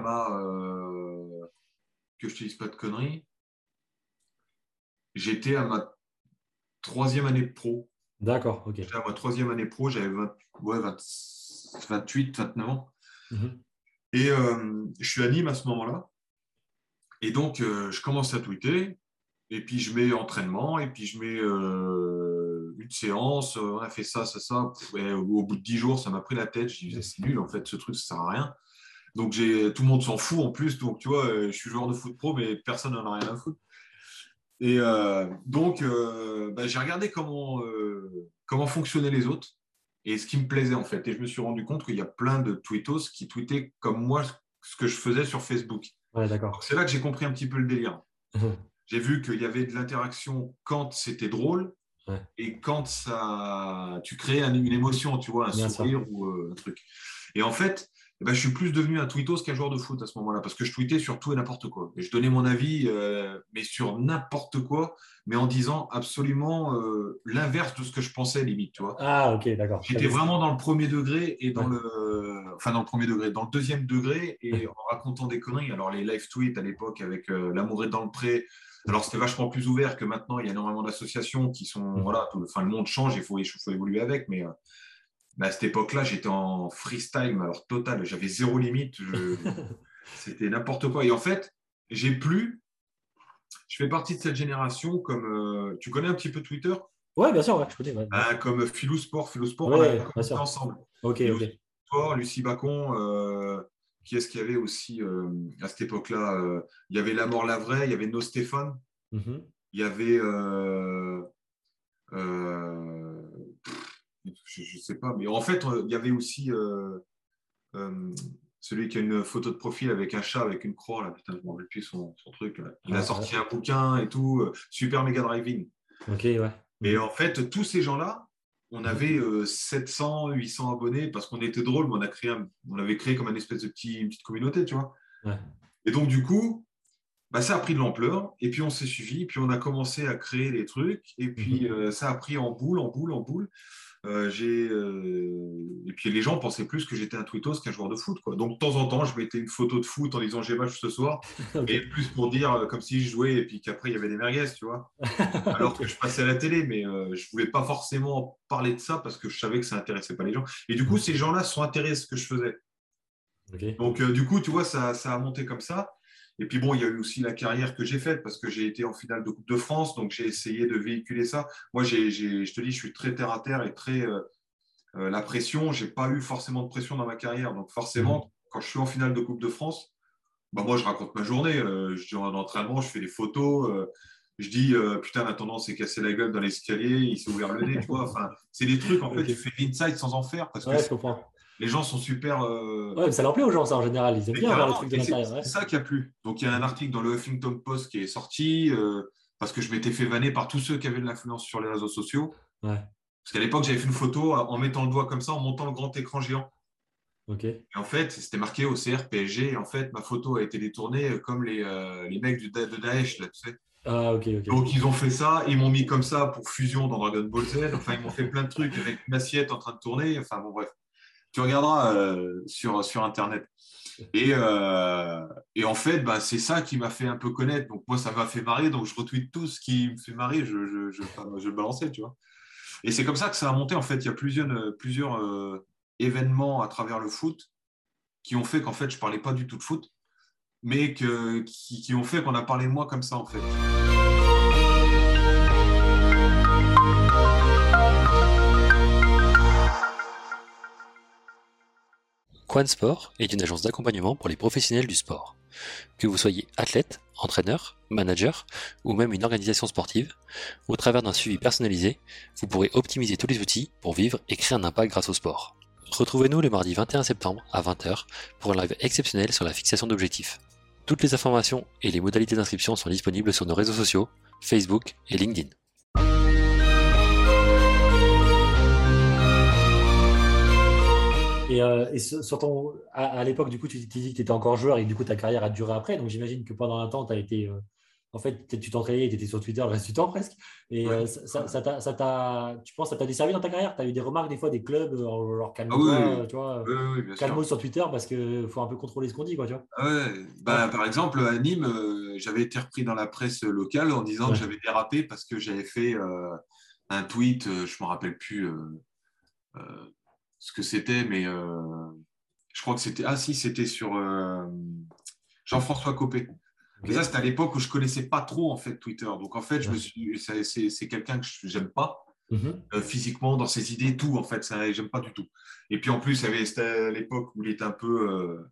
que je te dise pas de conneries, j'étais à ma troisième année de pro. D'accord, ok. J'étais à ma troisième année pro, j'avais 28, 29 ans. Mhm. Et je suis à Nîmes à ce moment-là. Et donc, je commence à tweeter. Et puis, je mets entraînement. Et puis, je mets une séance. On a fait ça, ça, ça. Et au bout de 10 jours, ça m'a pris la tête. Je disais, c'est nul, en fait, ce truc, ça sert à rien. Donc, tout le monde s'en fout en plus. Donc, tu vois, je suis joueur de foot pro, mais personne n'en a rien à foutre. Et donc, j'ai regardé comment fonctionnaient les autres et ce qui me plaisait en fait. Et je me suis rendu compte qu'il y a plein de tweetos qui tweetaient comme moi ce que je faisais sur Facebook. Ouais, Donc, d'accord. c'est là que j'ai compris un petit peu le délire. Mhm. J'ai vu qu'il y avait de l'interaction quand c'était drôle Ouais, et quand tu créais une émotion, tu vois, un bien sûr. sourire ou un truc. Et en fait, je suis plus devenu un tweetos qu'un joueur de foot à ce moment-là, parce que je tweetais sur tout et n'importe quoi. Et je donnais mon avis, mais sur n'importe quoi, mais en disant absolument l'inverse de ce que je pensais, limite, tu vois. Ah, ok, d'accord. J'étais vraiment dans le premier degré et Ouais. enfin dans le premier degré, dans le deuxième degré et en racontant des conneries. Alors les live tweets à l'époque avec L'amour est dans le pré. Alors c'était vachement plus ouvert que maintenant. Il y a énormément d'associations qui sont Mhm. voilà, enfin le monde change, il faut évoluer avec. Mais à cette époque-là, j'étais en freestyle, mais alors total. J'avais zéro limite. C'était n'importe quoi. Et en fait, j'ai plus. Je fais partie de cette génération comme tu connais un petit peu Twitter. Ouais, bien sûr, ouais, je connais. Ouais, ouais. Ah, comme Philou Sport, on a Ouais, bien commencé sûr. ensemble. Ok, Philou ok. Sport, Lucie Bacon, qui est-ce qu'il y avait aussi à cette époque-là? Il y avait La Mort la Vraie, il y avait No Stéphane, Mhm. il y avait euh, je sais pas, mais en fait, il y avait aussi euh, celui qui a une photo de profil avec un chat avec une croix là, putain, je me rappelle plus son truc là. Il a sorti un bouquin et tout, Super Mega Driving. Ok, ouais. Et Mhm. en fait, tous ces gens-là, on Mhm. avait 700, 800 abonnés parce qu'on était drôle, mais on avait créé comme une espèce de une petite communauté, tu vois. Ouais. Et donc, du coup, bah, ça a pris de l'ampleur, et puis on s'est suivi, puis on a commencé à créer les trucs, et puis Mhm. ça a pris en boule, en boule, en boule. Et puis les gens pensaient plus que j'étais un tweetos qu'un joueur de foot, quoi. Donc de temps en temps, je mettais une photo de foot en disant j'ai match ce soir, Ok. et plus pour dire comme si je jouais, et puis qu'après il y avait des merguez, tu vois. Alors que Ok. je passais à la télé, mais je voulais pas forcément parler de ça parce que je savais que ça intéressait pas les gens. Et du coup, Mhm. ces gens-là se sont intéressés à ce que je faisais. Ok. Donc du coup, tu vois, ça a monté comme ça. Et puis bon, il y a eu aussi la carrière que j'ai faite parce que j'ai été en finale de Coupe de France, donc j'ai essayé de véhiculer ça. Moi, je te dis, je suis très terre à terre et très la pression. J'ai pas eu forcément de pression dans ma carrière, donc Mhm. forcément, quand je suis en finale de Coupe de France, bah moi, je raconte ma journée. Je dis en entraînement, je fais des photos. Je dis, putain, Nathan s'est cassé la gueule dans l'escalier, il s'est ouvert le nez, tu vois. Enfin, c'est des trucs, en fait, Ok. tu fais l'inside sans en faire parce que Ouais, je comprends. les gens sont super. Ouais, mais ça leur plaît aux gens, ça, en général. Ils aiment Mais bien voir les carrément, trucs de et l'intérieur. c'est Ouais. ça qui a plu. Donc, il y a un Mhm. article dans le Huffington Post qui est sorti parce que je m'étais fait vanner par tous ceux qui avaient de l'influence sur les réseaux sociaux. Ouais. Parce qu'à l'époque, j'avais fait une photo en mettant le doigt comme ça, en montant le grand écran géant. Ok. Et en fait, c'était marqué OCR PSG. Et en fait, ma photo a été détournée comme les mecs de Daesh, là, tu sais. Ah, ok, ok. Donc, ils ont fait ça, ils m'ont mis comme ça pour fusion dans Dragon Ball Z. Enfin, ils m'ont fait plein de trucs avec une assiette en train de tourner. Enfin, bon, bref. Tu regarderas sur Internet. Et, euh, et en fait, bah, c'est ça qui m'a fait un peu connaître. Donc, moi, ça m'a fait marrer. Donc, je retweet tout ce qui me fait marrer. Je le balançais, tu vois. Et c'est comme ça que ça a monté. En fait, il y a plusieurs événements à travers le foot qui ont fait qu'en fait, je parlais pas du tout de foot, mais qui ont fait qu'on a parlé de moi comme ça, en fait. Quan Sport est une agence d'accompagnement pour les professionnels du sport. Que vous soyez athlète, entraîneur, manager ou même une organisation sportive, au travers d'un suivi personnalisé, vous pourrez optimiser tous les outils pour vivre et créer un impact grâce au sport. Retrouvez-nous le mardi 21 septembre à 20h pour un live exceptionnel sur la fixation d'objectifs. Toutes les informations et les modalités d'inscription sont disponibles sur nos réseaux sociaux, Facebook et LinkedIn. Et sur à l'époque, du coup, tu t'es dit que tu étais encore joueur et du coup, ta carrière a duré après. Donc, j'imagine que pendant un temps, tu as été. En fait, tu t'entraînais, tu étais sur Twitter le reste du temps presque. Et Ouais. tu penses que ça t'a desservi dans ta carrière? Tu as eu des remarques des fois des clubs, genre Ah oui, calme-toi, oui, tu vois, oui, oui, oui, bien calme sûr. sur Twitter parce qu'il faut un peu contrôler ce qu'on dit, quoi, tu vois. Ah ouais. Ouais, Bah, par exemple, à Nîmes, j'avais été repris dans la presse locale en disant que ouais, j'avais dérapé parce que j'avais fait un tweet, je ne me rappelle plus euh, ce que c'était, mais je crois que c'était. Ah si, c'était sur Jean-François Copé. ok. Mais ça, c'était à l'époque où je connaissais pas trop en fait Twitter. Donc en fait, Ouais. c'est quelqu'un que j'aime pas Mhm. physiquement dans ses idées, tout en fait. Ça, j'aime pas du tout. Et puis en plus, c'était à l'époque où il était un peu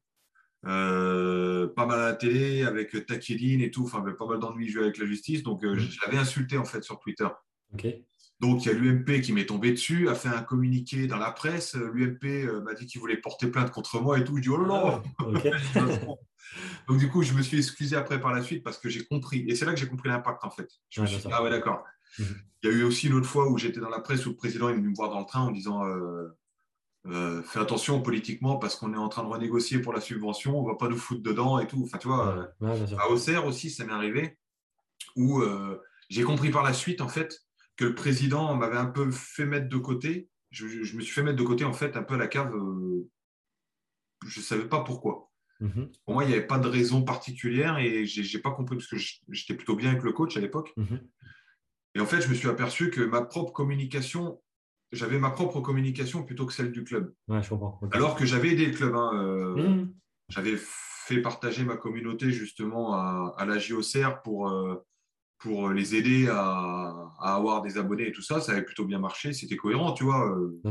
pas mal à la télé avec Takedine et tout. Enfin, il y avait pas mal d'ennuis joués avec la justice. Donc je Mhm. l'avais insulté en fait sur Twitter. Ok. Donc, il y a l'UMP qui m'est tombé dessus, a fait un communiqué dans la presse. L'UMP m'a dit qu'il voulait porter plainte contre moi et tout. Je dis, oh là Ah là, ouais, ok. Donc, du coup, je me suis excusé après par la suite parce que j'ai compris. Et c'est là que j'ai compris l'impact, en fait. Je me Ouais, bien suis dit, sûr. ah ouais, d'accord. Mhm. Il y a eu aussi une autre fois où j'étais dans la presse où le président est venu me voir dans le train en disant fais attention politiquement parce qu'on est en train de renégocier pour la subvention, on ne va pas nous foutre dedans et tout. Enfin, tu vois, Ouais, ouais, bien sûr. à Auxerre aussi, ça m'est arrivé où j'ai compris par la suite, en fait, que le président m'avait un peu fait mettre de côté. Je me suis fait mettre de côté, en fait, un peu à la cave. Je ne savais pas pourquoi. Mhm. Pour moi, il n'y avait pas de raison particulière et j'ai pas compris parce que j'étais plutôt bien avec le coach à l'époque. Mhm. Et en fait, je me suis aperçu que j'avais ma propre communication plutôt que celle du club. Ouais, je comprends. Ok. Alors que j'avais aidé le club, hein, Mhm. j'avais fait partager ma communauté justement à la JOCR pour les aider à avoir des abonnés et tout ça. Ça avait plutôt bien marché, c'était cohérent, tu vois. Bien sûr.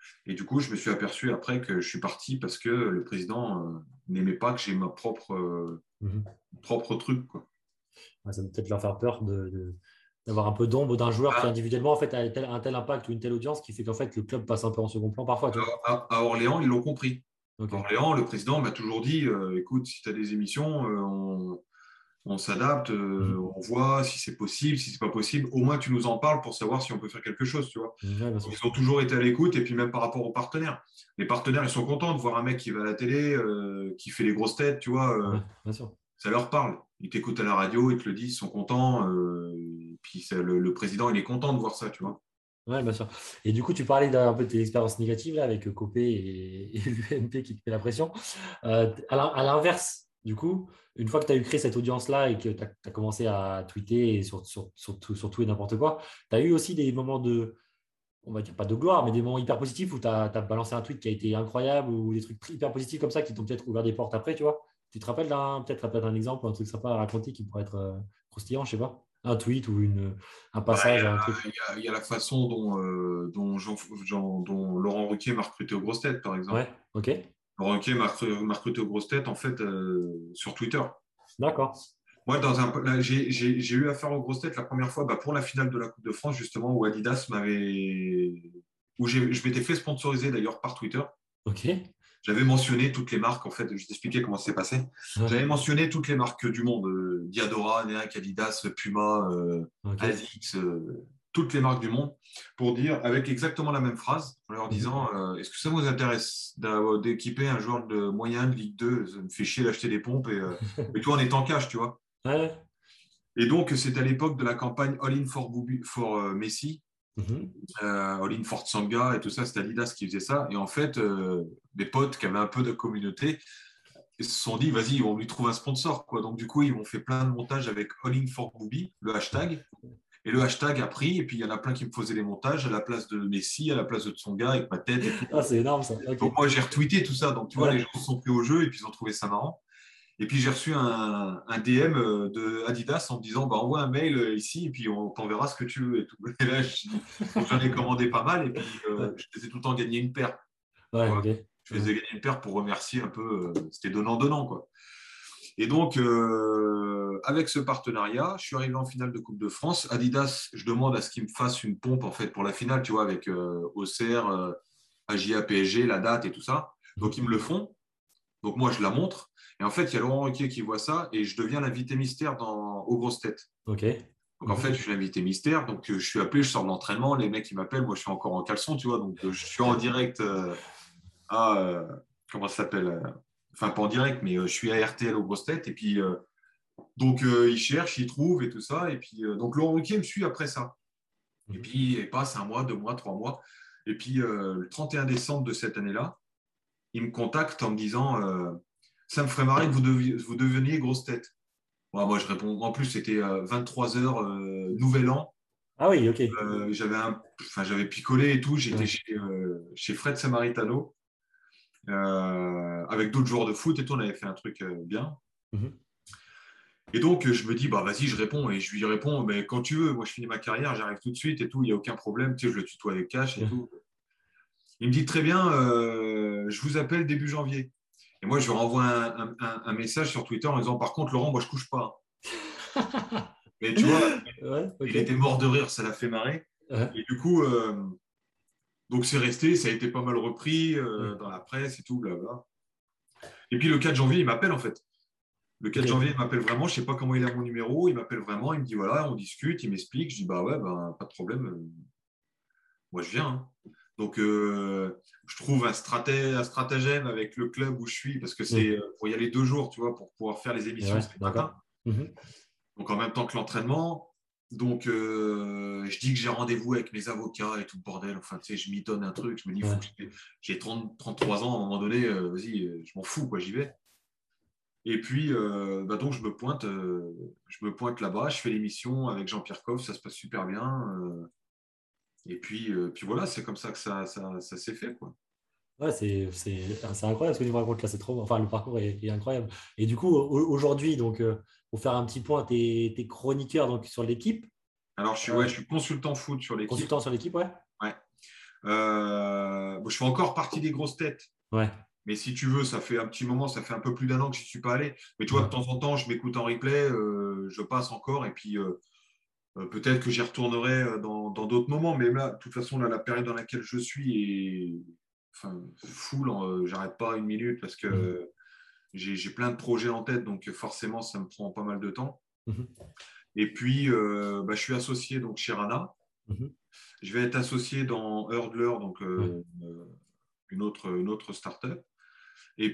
Et du coup, je me suis aperçu après que je suis parti parce que le président n'aimait pas que j'ai ma propre truc, quoi. Ouais, ça peut peut-être leur faire peur d'avoir un peu d'ombre d'un joueur qui À, individuellement en fait, a un tel impact ou une telle audience qui fait qu'en fait le club passe un peu en second plan parfois. Tu vois. à Orléans, ils l'ont compris. À Ok. Orléans, le président m'a toujours dit, écoute, si tu as des émissions, on s'adapte, Mhm. on voit si c'est possible, si c'est pas possible. Au moins, tu nous en parles pour savoir si on peut faire quelque chose, tu vois. Ouais, bien Donc, sûr. ils ont toujours été à l'écoute, et puis même par rapport aux partenaires. Les partenaires, ils sont contents de voir un mec qui va à la télé, qui fait les grosses têtes, tu vois. Ouais, bien sûr. Ça leur parle. Ils t'écoutent à la radio, ils te le disent, ils sont contents. Et puis le président, il est content de voir ça, tu vois. Ouais, bien sûr. Et du coup, tu parlais d'un peu de tes expériences négatives là, avec Copé et l'UMP qui te fait la pression. À l'inverse, du coup, une fois que tu as eu créé cette audience-là et que tu as commencé à tweeter et sur tout et n'importe quoi, tu as eu aussi des moments de, on va dire pas de gloire, mais des moments hyper positifs où tu as balancé un tweet qui a été incroyable ou des trucs hyper positifs comme ça qui t'ont peut-être ouvert des portes après, tu vois. Tu te rappelles peut-être un exemple, un truc sympa à raconter qui pourrait être croustillant, je sais pas. Un tweet ou un Bah, passage à un truc. il y a la façon dont Laurent Ruquier m'a recruté aux grosses têtes, par exemple. Ouais, ok. Laurent Ruquier m'a recruté aux grosses têtes, en fait, sur Twitter. D'accord. Moi, j'ai eu affaire aux grosses têtes la première fois pour la finale de la Coupe de France, justement, où Adidas je m'étais fait sponsoriser d'ailleurs par Twitter. Ok. J'avais mentionné toutes les marques, en fait, je t'expliquais comment ça s'est passé. Ouais. J'avais mentionné toutes les marques du monde, Diadora, Nike, Adidas, Puma, Ok. Asics, toutes les marques du monde, pour dire, avec exactement la même phrase, en leur Mhm. disant est-ce que ça vous intéresse d'équiper un joueur de moyen de Ligue 2? Ça me fait chier d'acheter des pompes, et toi, en étant cash, tu vois. Ouais. Et donc, c'était à l'époque de la campagne All In for Messi, Mhm. All In for Tsonga et tout ça, c'était Adidas qui faisait ça. Et en fait, des potes qui avaient un peu de communauté ils se sont dit, vas-y, on lui trouve un sponsor, quoi. Donc, du coup, ils ont fait plein de montages avec All In for Booby, le hashtag. Et le hashtag a pris, et puis il y en a plein qui me faisaient les montages à la place de Messi, à la place de Tsonga, avec ma tête et tout. Ah, c'est énorme ça. Ok. Donc, moi, j'ai retweeté tout ça. Donc, tu vois, les Ouais. gens se sont pris au jeu et puis ils ont trouvé ça marrant. Et puis, j'ai reçu un DM de Adidas en me disant, bah, envoie un mail ici, et puis on t'enverra ce que tu veux et tout. Et là, donc, j'en ai commandé pas mal, et puis Ouais. je faisais tout le temps gagner une paire. Tu Ouais, vois. ok. Je Ouais. faisais gagner une paire pour remercier un peu. C'était donnant-donnant, quoi. Et donc, avec ce partenariat, je suis arrivé en finale de Coupe de France. Adidas, je demande à ce qu'ils me fassent une pompe en fait pour la finale, tu vois, avec Auxerre, AJA, PSG, la date et tout ça. Donc, ils Mhm. me le font. Donc, moi, je la montre. Et en fait, il y a Laurent Ruquier qui voit ça et je deviens l'invité mystère aux grosses têtes. Ok. Donc, en fait, Mhm. je suis l'invité mystère. Donc, je suis appelé, je sors de l'entraînement. Les mecs, ils m'appellent. Moi, je suis encore en caleçon, tu vois. Donc, je suis en direct à. Comment ça s'appelle enfin, pas en direct, mais je suis à RTL aux grosses têtes. Et puis, donc, il cherche, il trouve et tout ça. Et puis, donc, Laurent Ruquier me suit après ça. Et Mhm. puis, il passe un mois, 2 mois, 3 mois. Et puis, le 31 décembre de cette année-là, il me contacte en me disant ça me ferait marrer que vous deveniez grosse tête. Bon, moi, je réponds. En plus, c'était 23 heures, Nouvel An. Ah oui, ok. J'avais picolé et tout. J'étais Ouais. chez Fred Samaritano avec d'autres joueurs de foot et tout. On avait fait un truc bien. Mhm. Et donc, je me dis, bah vas-y, je réponds. Et je lui réponds, mais quand tu veux, moi je finis ma carrière, j'arrive tout de suite et tout, il n'y a aucun problème. Tu sais, je le tutoie avec cash et tout. Il me dit, très bien, je vous appelle début janvier. Et moi, je lui renvoie un message sur Twitter en disant, par contre, Laurent, moi je couche pas. Et tu vois, Ouais, ok. il était mort de rire, ça l'a fait marrer. Ouais. Et du coup, donc c'est resté, ça a été pas mal repris Ouais. dans la presse et tout, blabla. Et puis le 4 janvier, il m'appelle en fait. Le 4 Ok. janvier, il m'appelle vraiment. Je ne sais pas comment il a mon numéro. Il m'appelle vraiment. Il me dit voilà, on discute. Il m'explique. Je dis bah ouais, ben, pas de problème. Moi, je viens. Hein. Donc, je trouve un stratagème avec le club où je suis parce que c'est Oui. pour y aller 2 jours, tu vois, pour pouvoir faire les Et émissions, ouais, c'est le matin. d'accord. Mhm. Donc, en même temps que l'entraînement. Donc, je dis que j'ai rendez-vous avec mes avocats et tout le bordel. Enfin, tu sais, je m'y donne un truc. Je me dis, il faut Ouais. que j'ai 33 ans à un moment donné. Vas-y, je m'en fous, quoi, j'y vais. Et puis, donc, je me pointe là-bas, je fais l'émission avec Jean-Pierre Coff, ça se passe super bien. Et puis voilà, c'est comme ça que ça s'est fait, quoi. Ouais, c'est incroyable ce que tu me racontes là, c'est trop. Enfin, le parcours est incroyable. Et du coup, aujourd'hui, donc, pour faire un petit point, tu es chroniqueur donc, sur l'équipe, Alors, ouais, je suis consultant foot sur l'équipe. consultant sur l'équipe, ouais. Ouais. Bon, je fais encore partie des grosses têtes. Ouais. Mais si tu veux, ça fait un petit moment, ça fait un peu plus d'1 an que je n'y suis pas allé. Mais tu vois, de Mhm. temps en temps, je m'écoute en replay, je passe encore, et puis peut-être que j'y retournerai dans d'autres moments. Mais là, de toute façon, là, la période dans laquelle je suis est enfin, full. J'arrête pas une minute parce Mhm. que j'ai plein de projets en tête, donc forcément, ça me prend pas mal de temps. Mhm. Et puis, bah, je suis associé donc, chez Rana. Mhm. Je vais être associé dans Hurdler, donc Ouais. une autre start-up. Et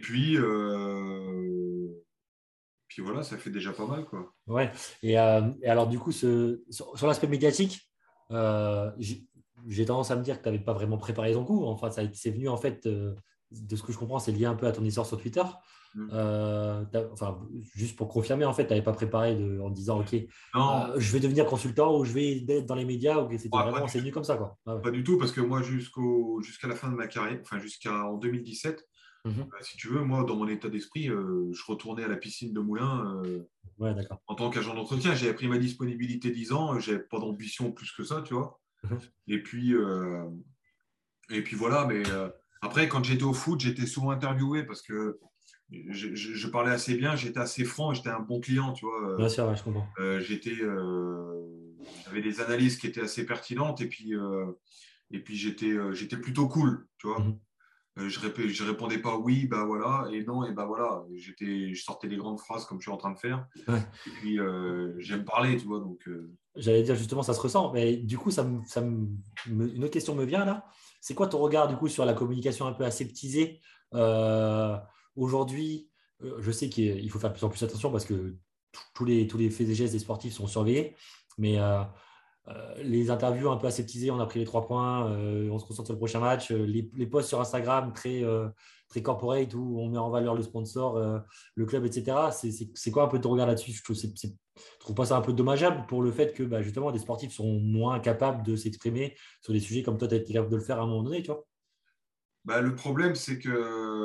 puis voilà, ça fait déjà pas mal, quoi. Ouais. Et alors, du coup, sur l'aspect médiatique, j'ai tendance à me dire que tu n'avais pas vraiment préparé ton coup. Enfin, c'est venu, en fait, de ce que je comprends, c'est lié un peu à ton histoire sur Twitter. Mm. Enfin, juste pour confirmer, en fait, tu n'avais pas préparé en disant, OK, Non, je vais devenir consultant ou je vais être dans les médias. OK, c'était pas vraiment, du c'est venu comme ça, quoi. Ah ouais. Pas du tout, parce que moi, jusqu'à la fin de ma carrière, enfin jusqu'en 2017, Mhm. si tu veux, moi, dans mon état d'esprit, je retournais à la piscine de Moulins Ouais, d'accord. en tant qu'agent d'entretien. J'avais pris ma disponibilité 10 ans, j'avais pas d'ambition plus que ça, tu vois. Mhm. Et puis, voilà, mais après, quand j'étais au foot, j'étais souvent interviewé parce que je parlais assez bien, j'étais assez franc, j'étais un bon client, tu vois. Bien sûr, ouais, je comprends. J'avais des analyses qui étaient assez pertinentes et puis j'étais plutôt cool, tu vois. Mhm. Je répondais pas oui, bah voilà, et non, et bah voilà. Je sortais des grandes phrases comme je suis en train de faire. Ouais. Et puis, j'aime parler, tu vois. Donc, J'allais dire justement, ça se ressent. Mais du coup, une autre question me vient là. C'est quoi ton regard du coup sur la communication un peu aseptisée aujourd'hui? Je sais qu'il faut faire de plus en plus attention parce que tous les faits et gestes des sportifs sont surveillés. Mais les interviews un peu aseptisées, on a pris les 3 points, on se concentre sur le prochain match. Les posts sur Instagram très corporate où on met en valeur le sponsor, le club, etc. C'est quoi un peu ton regard là-dessus? Je trouve pas ça un peu dommageable pour le fait que bah, justement des sportifs sont moins capables de s'exprimer sur des sujets comme toi, tu as été capable de le faire à un moment donné, tu vois? bah, le problème, c'est que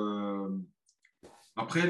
après,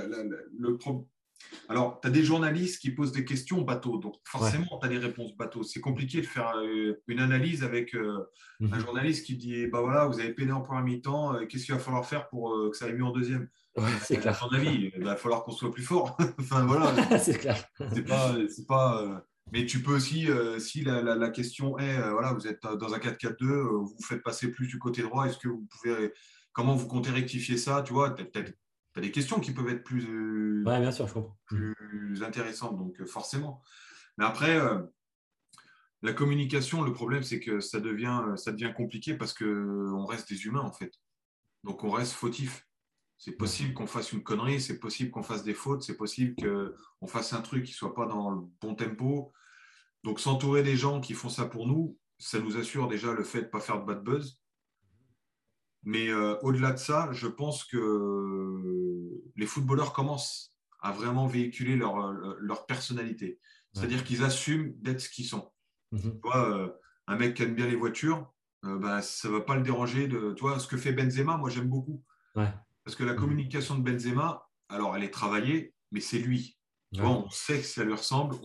alors, tu as des journalistes qui posent des questions bateau, donc Ouais. forcément, tu as des réponses bateau. C'est compliqué de faire une analyse avec un Mhm. journaliste qui dit, bah voilà, vous avez peiné en première mi-temps, qu'est-ce qu'il va falloir faire pour que ça aille mieux en deuxième? Ouais, c'est À clair. ton avis, il va falloir qu'on soit plus fort. Enfin, voilà, C'est clair. mais tu peux aussi, si la question est, voilà, vous êtes dans un 4-4-2, vous vous faites passer plus du côté droit, est-ce que vous pouvez, comment vous comptez rectifier ça? Tu vois, t'as des questions qui peuvent être Ouais, bien sûr, je comprends. Mhm. plus intéressantes, donc forcément. Mais après, la communication, le problème, c'est que ça devient compliqué parce qu'on reste des humains, en fait. Donc, on reste fautif. C'est Ouais. possible qu'on fasse une connerie, c'est possible qu'on fasse des fautes, c'est possible qu'on fasse un truc qui ne soit pas dans le bon tempo. Donc, s'entourer des gens qui font ça pour nous, ça nous assure déjà le fait de ne pas faire de bad buzz. Mais au-delà de ça, je pense que les footballeurs commencent à vraiment véhiculer leur personnalité. Ouais. C'est-à-dire qu'ils assument d'être ce qu'ils sont. Mhm. Tu vois, un mec qui aime bien les voitures, bah, ça ne va pas le déranger. Tu vois, ce que fait Benzema, moi j'aime beaucoup. Ouais. Parce que la Mhm. communication de Benzema, alors elle est travaillée, mais c'est lui. Tu vois, Ouais. on sait que ça lui ressemble,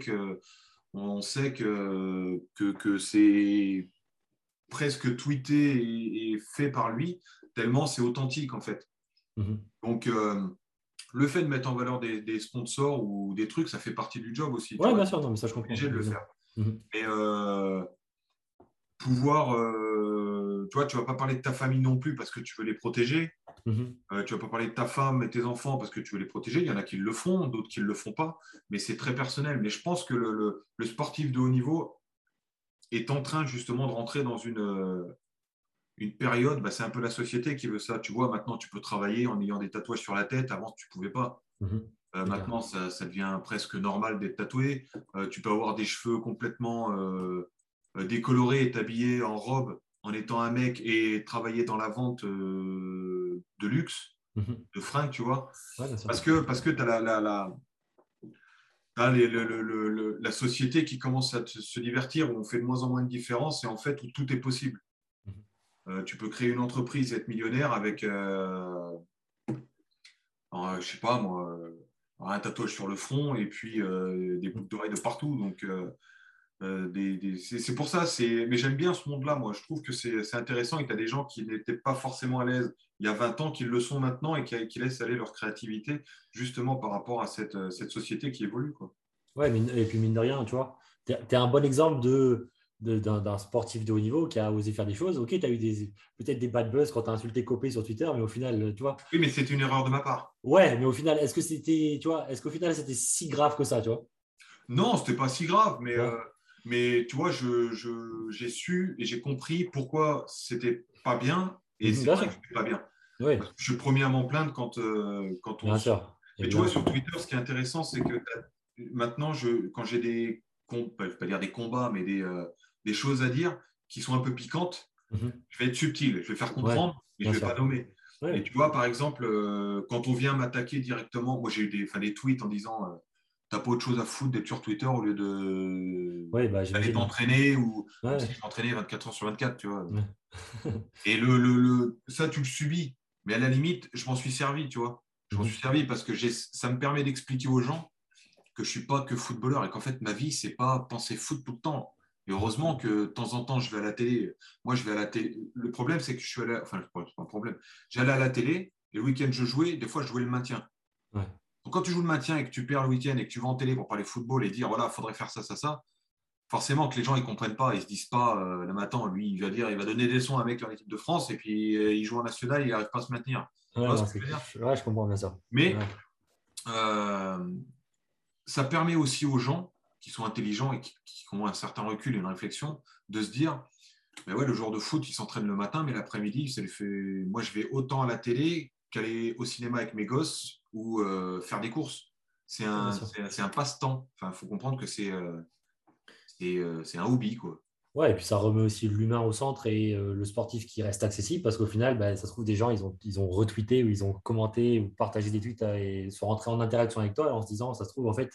on sait que c'est presque tweeté et fait par lui, tellement c'est authentique en fait. Mhm. Donc, le fait de mettre en valeur des sponsors ou des trucs, ça fait partie du job aussi, tu Ouais, vois. bien sûr, non, mais ça, je comprends, Obligé de le évidemment. faire. Mhm. Mais pouvoir, tu vois, tu vas pas parler de ta famille non plus parce que tu veux les protéger. Mhm. Tu vas pas parler de ta femme et tes enfants parce que tu veux les protéger. Il y en a qui le font, d'autres qui ne le font pas. Mais c'est très personnel. Mais je pense que le sportif de haut niveau est en train justement de rentrer dans une période. Bah, c'est un peu la société qui veut ça. Tu vois, maintenant, tu peux travailler en ayant des tatouages sur la tête. Avant, tu ne pouvais pas. Mhm. C'est clair. Maintenant, ça devient presque normal d'être tatoué. Tu peux avoir des cheveux complètement décolorés et t'habiller en robe en étant un mec et travailler dans la vente de luxe, Mhm. de fringues, tu vois. Ouais, bien sûr. Parce que tu as la société qui commence à se divertir, où on fait de moins en moins de différences et en fait où tout est possible. Mhm. Tu peux créer une entreprise et être millionnaire avec, je sais pas moi, un tatouage sur le front et puis des boucles d'oreilles de partout. Donc, C'est pour ça, mais j'aime bien ce monde-là, moi. Je trouve que c'est intéressant et tu as des gens qui n'étaient pas forcément à l'aise il y a 20 ans, qui le sont maintenant et qui laissent aller leur créativité justement par rapport à cette société qui évolue, quoi. Ouais, et puis mine de rien, tu vois, tu es un bon exemple d'un sportif de haut niveau qui a osé faire des choses. Ok, tu as eu peut-être des bad buzz quand tu as insulté Copé sur Twitter, mais au final, tu vois. Oui, mais c'est une erreur de ma part. Ouais, mais au final, est-ce qu'au final, c'était si grave que ça, tu vois? Non, c'était pas si grave, Ouais. mais tu vois, j'ai su et j'ai compris pourquoi c'était pas bien. Et Mhm, c'est bien vrai que sûr. c'était pas bien. Oui, Parce que je suis le premier à m'en plaindre quand on bien se. sûr, Mais tu vois, évidemment. sur Twitter, ce qui est intéressant, c'est que maintenant, quand j'ai je vais pas dire des combats, mais des choses à dire qui sont un peu piquantes, Mhm. je vais être subtil, je vais faire Ouais, comprendre, mais je bien vais pas sûr. nommer. Et Ouais. tu vois, par exemple, quand on vient m'attaquer directement, moi j'ai eu des tweets en disant t'as pas autre chose à foutre d'être sur Twitter au lieu Ouais, bah, d'aller j'imagine, hein. t'entraîner ou comme Ouais. si je m'entraînais 24 heures sur 24, tu vois. Ouais. Et ça, tu le subis. Mais à la limite, je m'en suis servi, tu vois. Je m'en suis Mhm. servi parce que ça me permet d'expliquer aux gens que je suis pas que footballeur et qu'en fait, ma vie, c'est pas penser foot tout le temps. Et heureusement que de temps en temps, je vais à la télé. Moi, je vais à la télé. Le problème, c'est que je suis allé. Enfin, c'est pas un problème. J'allais à la télé et le week-end, je jouais. Des fois, je jouais le maintien. Ouais. Donc, quand tu joues le maintien et que tu perds le week-end et que tu vas en télé pour parler football et dire, voilà, il faudrait faire ça, ça, ça, forcément que les gens ils comprennent pas, ils se disent pas le matin, lui il va donner des sons à un mec en équipe de France et puis il joue en national, il n'arrive pas à se maintenir. Tu Ouais, vois ce non, que je veux dire? ouais, je comprends bien ça. Mais Ouais. euh, ça permet aussi aux gens qui sont intelligents et qui ont un certain recul et une réflexion de se dire, mais ouais, le joueur de foot il s'entraîne le matin, mais l'après-midi, ça lui fait. Moi je vais autant à la télé qu'aller au cinéma avec mes gosses ou faire des courses. Ouais, bien sûr. C'est un passe-temps. Enfin, il faut comprendre que c'est un hobby, quoi. Ouais, et puis ça remet aussi l'humain au centre et le sportif qui reste accessible parce qu'au final, bah, ça se trouve, des gens, ils ont retweeté ou ils ont commenté ou partagé des tweets et sont rentrés en interaction avec toi en se disant, ça se trouve, en fait,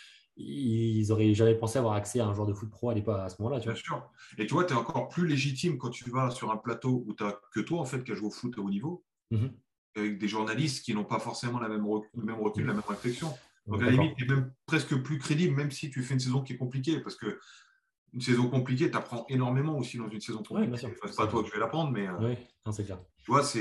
ils auraient jamais pensé avoir accès à un joueur de foot pro à ce moment-là, tu Bien vois. sûr. Et tu vois, tu es encore plus légitime quand tu vas sur un plateau où tu n'as que toi, en fait, qui a joué au foot à haut niveau, Mhm. avec des journalistes qui n'ont pas forcément le même recul, la Mhm. même réflexion. On Donc, est à la limite, d'accord. tu es même presque plus crédible, même si tu fais une saison qui est compliquée. Parce que une saison compliquée, tu apprends énormément aussi dans une saison Oui, bien compliquée. sûr, Enfin, c'est pas c'est à toi clair. que je vais l'apprendre, mais Oui, non, c'est clair. tu vois,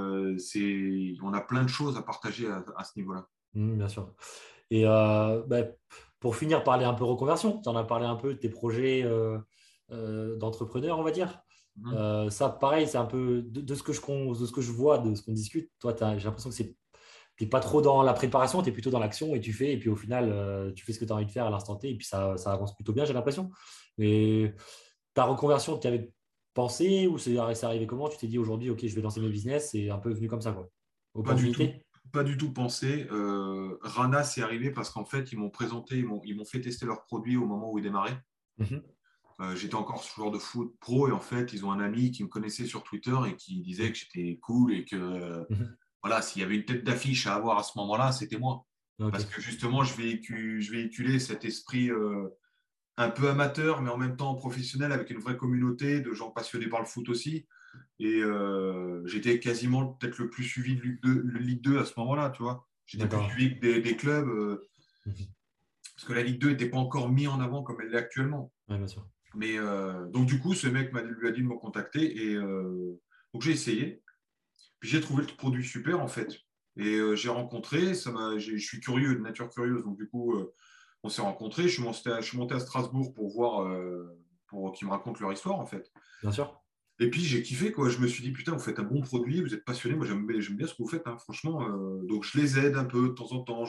on a plein de choses à partager à ce niveau-là. Bien sûr. Et bah, pour finir, parler un peu reconversion, tu en as parlé un peu de tes projets d'entrepreneur, on va dire. Mhm. Ça, pareil, c'est un peu de ce que je vois, de ce qu'on discute. Toi, j'ai l'impression que tu n'es pas trop dans la préparation, tu es plutôt dans l'action et tu fais. Et puis au final, tu fais ce que tu as envie de faire à l'instant T. Et puis ça avance plutôt bien, j'ai l'impression. Et ta reconversion, tu avais pensé ou c'est arrivé comment? Tu t'es dit aujourd'hui, OK, je vais lancer mes business. C'est un peu venu comme ça, quoi. Pas du tout. Opportunité? Pas du tout pensé. Rana, c'est arrivé parce qu'en fait, ils m'ont présenté, ils m'ont fait tester leurs produits au moment où ils démarraient. Mhm. J'étais encore joueur de foot pro et en fait, ils ont un ami qui me connaissait sur Twitter et qui disait que j'étais cool et que Mhm. voilà, s'il y avait une tête d'affiche à avoir à ce moment-là, c'était moi. Parce OK. que justement, je véhiculais cet esprit un peu amateur, mais en même temps professionnel avec une vraie communauté de gens passionnés par le foot aussi. Et j'étais quasiment peut-être le plus suivi de Ligue 2 à ce moment-là, tu vois. J'étais plus D'accord. suivi que des clubs Mhm. parce que la Ligue 2 n'était pas encore mise en avant comme elle l'est actuellement. Ouais, bien sûr. Mais donc du coup, ce mec lui a dit de me contacter et donc j'ai essayé. Puis j'ai trouvé le produit super en fait. Et j'ai rencontré, je suis curieux, de nature curieuse, donc du coup, on s'est rencontrés. Je suis monté à Strasbourg pour voir, pour qu'ils me racontent leur histoire en fait. Bien sûr. Et puis j'ai kiffé quoi. Je me suis dit putain, vous faites un bon produit, vous êtes passionné. Moi j'aime bien ce que vous faites, hein, franchement. Donc je les aide un peu de temps en temps.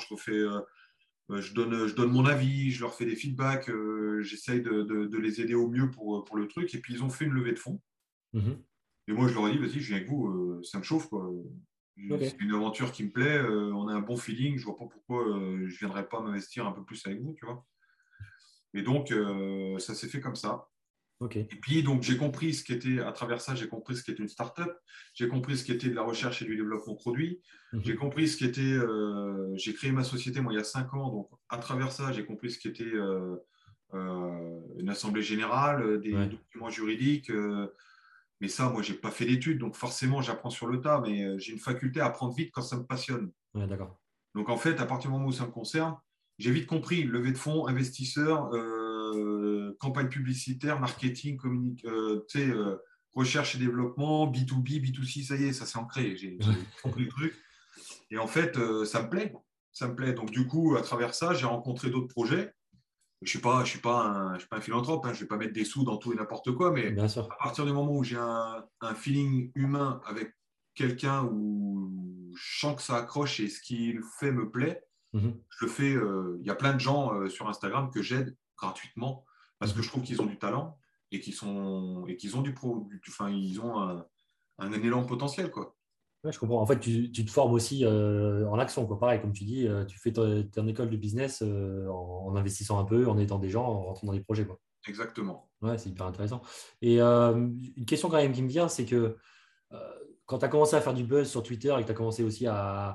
Je donne mon avis, je leur fais des feedbacks, j'essaye de les aider au mieux pour le truc. Et puis ils ont fait une levée de fonds. Mhm. Et moi, je leur ai dit, vas-y, je viens avec vous, ça me chauffe, quoi. C'est OK. une aventure qui me plaît, on a un bon feeling, je vois pas pourquoi je ne viendrais pas m'investir un peu plus avec vous, tu vois. Et donc, ça s'est fait comme ça. OK. Et puis, donc, j'ai compris ce qu'était, à travers ça, j'ai compris ce qu'était une start-up, j'ai compris ce qu'était de la recherche et du développement produit, j'ai Mhm. compris j'ai créé ma société, moi, il y a 5 ans, donc, à travers ça, j'ai compris ce qu'était une assemblée générale, des Ouais. documents juridiques, mais ça, moi, j'ai pas fait d'études, donc forcément, j'apprends sur le tas, mais j'ai une faculté à apprendre vite quand ça me passionne. Ouais, d'accord. Donc, en fait, à partir du moment où ça me concerne, j'ai vite compris, levée de fonds, investisseurs, campagne publicitaire, marketing, recherche et développement, B2B, B2C, ça y est, ça s'est ancré. J'ai compris le truc. Et en fait, ça me plaît. Ça me plaît. Donc, du coup, à travers ça, j'ai rencontré d'autres projets. Je suis pas un philanthrope, hein, je ne vais pas mettre des sous dans tout et n'importe quoi, mais Bien sûr. à partir du moment où j'ai un feeling humain avec quelqu'un où je sens que ça accroche et ce qu'il fait me plaît, je le fais. Il y a plein de gens sur Instagram que j'aide gratuitement parce que je trouve qu'ils ont du talent et qu'ils ont ils ont un élan potentiel, quoi. Ouais, je comprends. En fait, tu te formes aussi en action, quoi. Pareil, comme tu dis, tu fais ton école de business en investissant un peu, en aidant des gens, en rentrant dans des projets, quoi. Exactement. Ouais, c'est hyper intéressant. Et une question quand même qui me vient, c'est que quand tu as commencé à faire du buzz sur Twitter et que tu as commencé aussi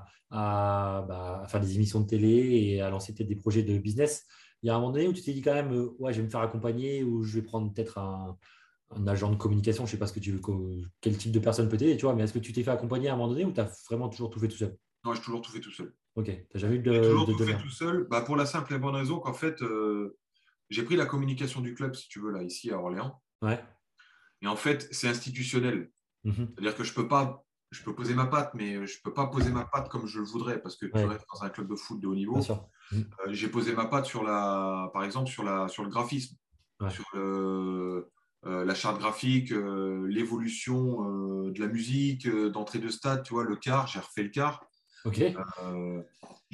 à faire des émissions de télé et à lancer peut-être des projets de business, il y a un moment donné où tu t'es dit quand même, ouais, je vais me faire accompagner ou je vais prendre peut-être un agent de communication, je ne sais pas ce que tu veux, quel type de personne peut t'aider, tu vois, mais est-ce que tu t'es fait accompagner à un moment donné ou tu as vraiment toujours tout fait tout seul? Non, j'ai toujours tout fait tout seul. Ok, tu n'as jamais eu J'ai toujours de tout fait donneur. tout seul, pour la simple et bonne raison qu'en fait, j'ai pris la communication du club, si tu veux, là, ici à Orléans. Ouais. Et en fait, c'est institutionnel. Mhm. C'est-à-dire que je peux poser ma patte, mais je ne peux pas poser ma patte comme je le voudrais parce que tu Ouais, restes dans un club de foot de haut bien niveau. sûr. Mhm. J'ai posé ma patte par exemple, sur le graphisme, Ouais. sur la charte graphique, l'évolution de la musique, d'entrée de stade, tu vois, le quart, j'ai refait le quart. Ok. Euh,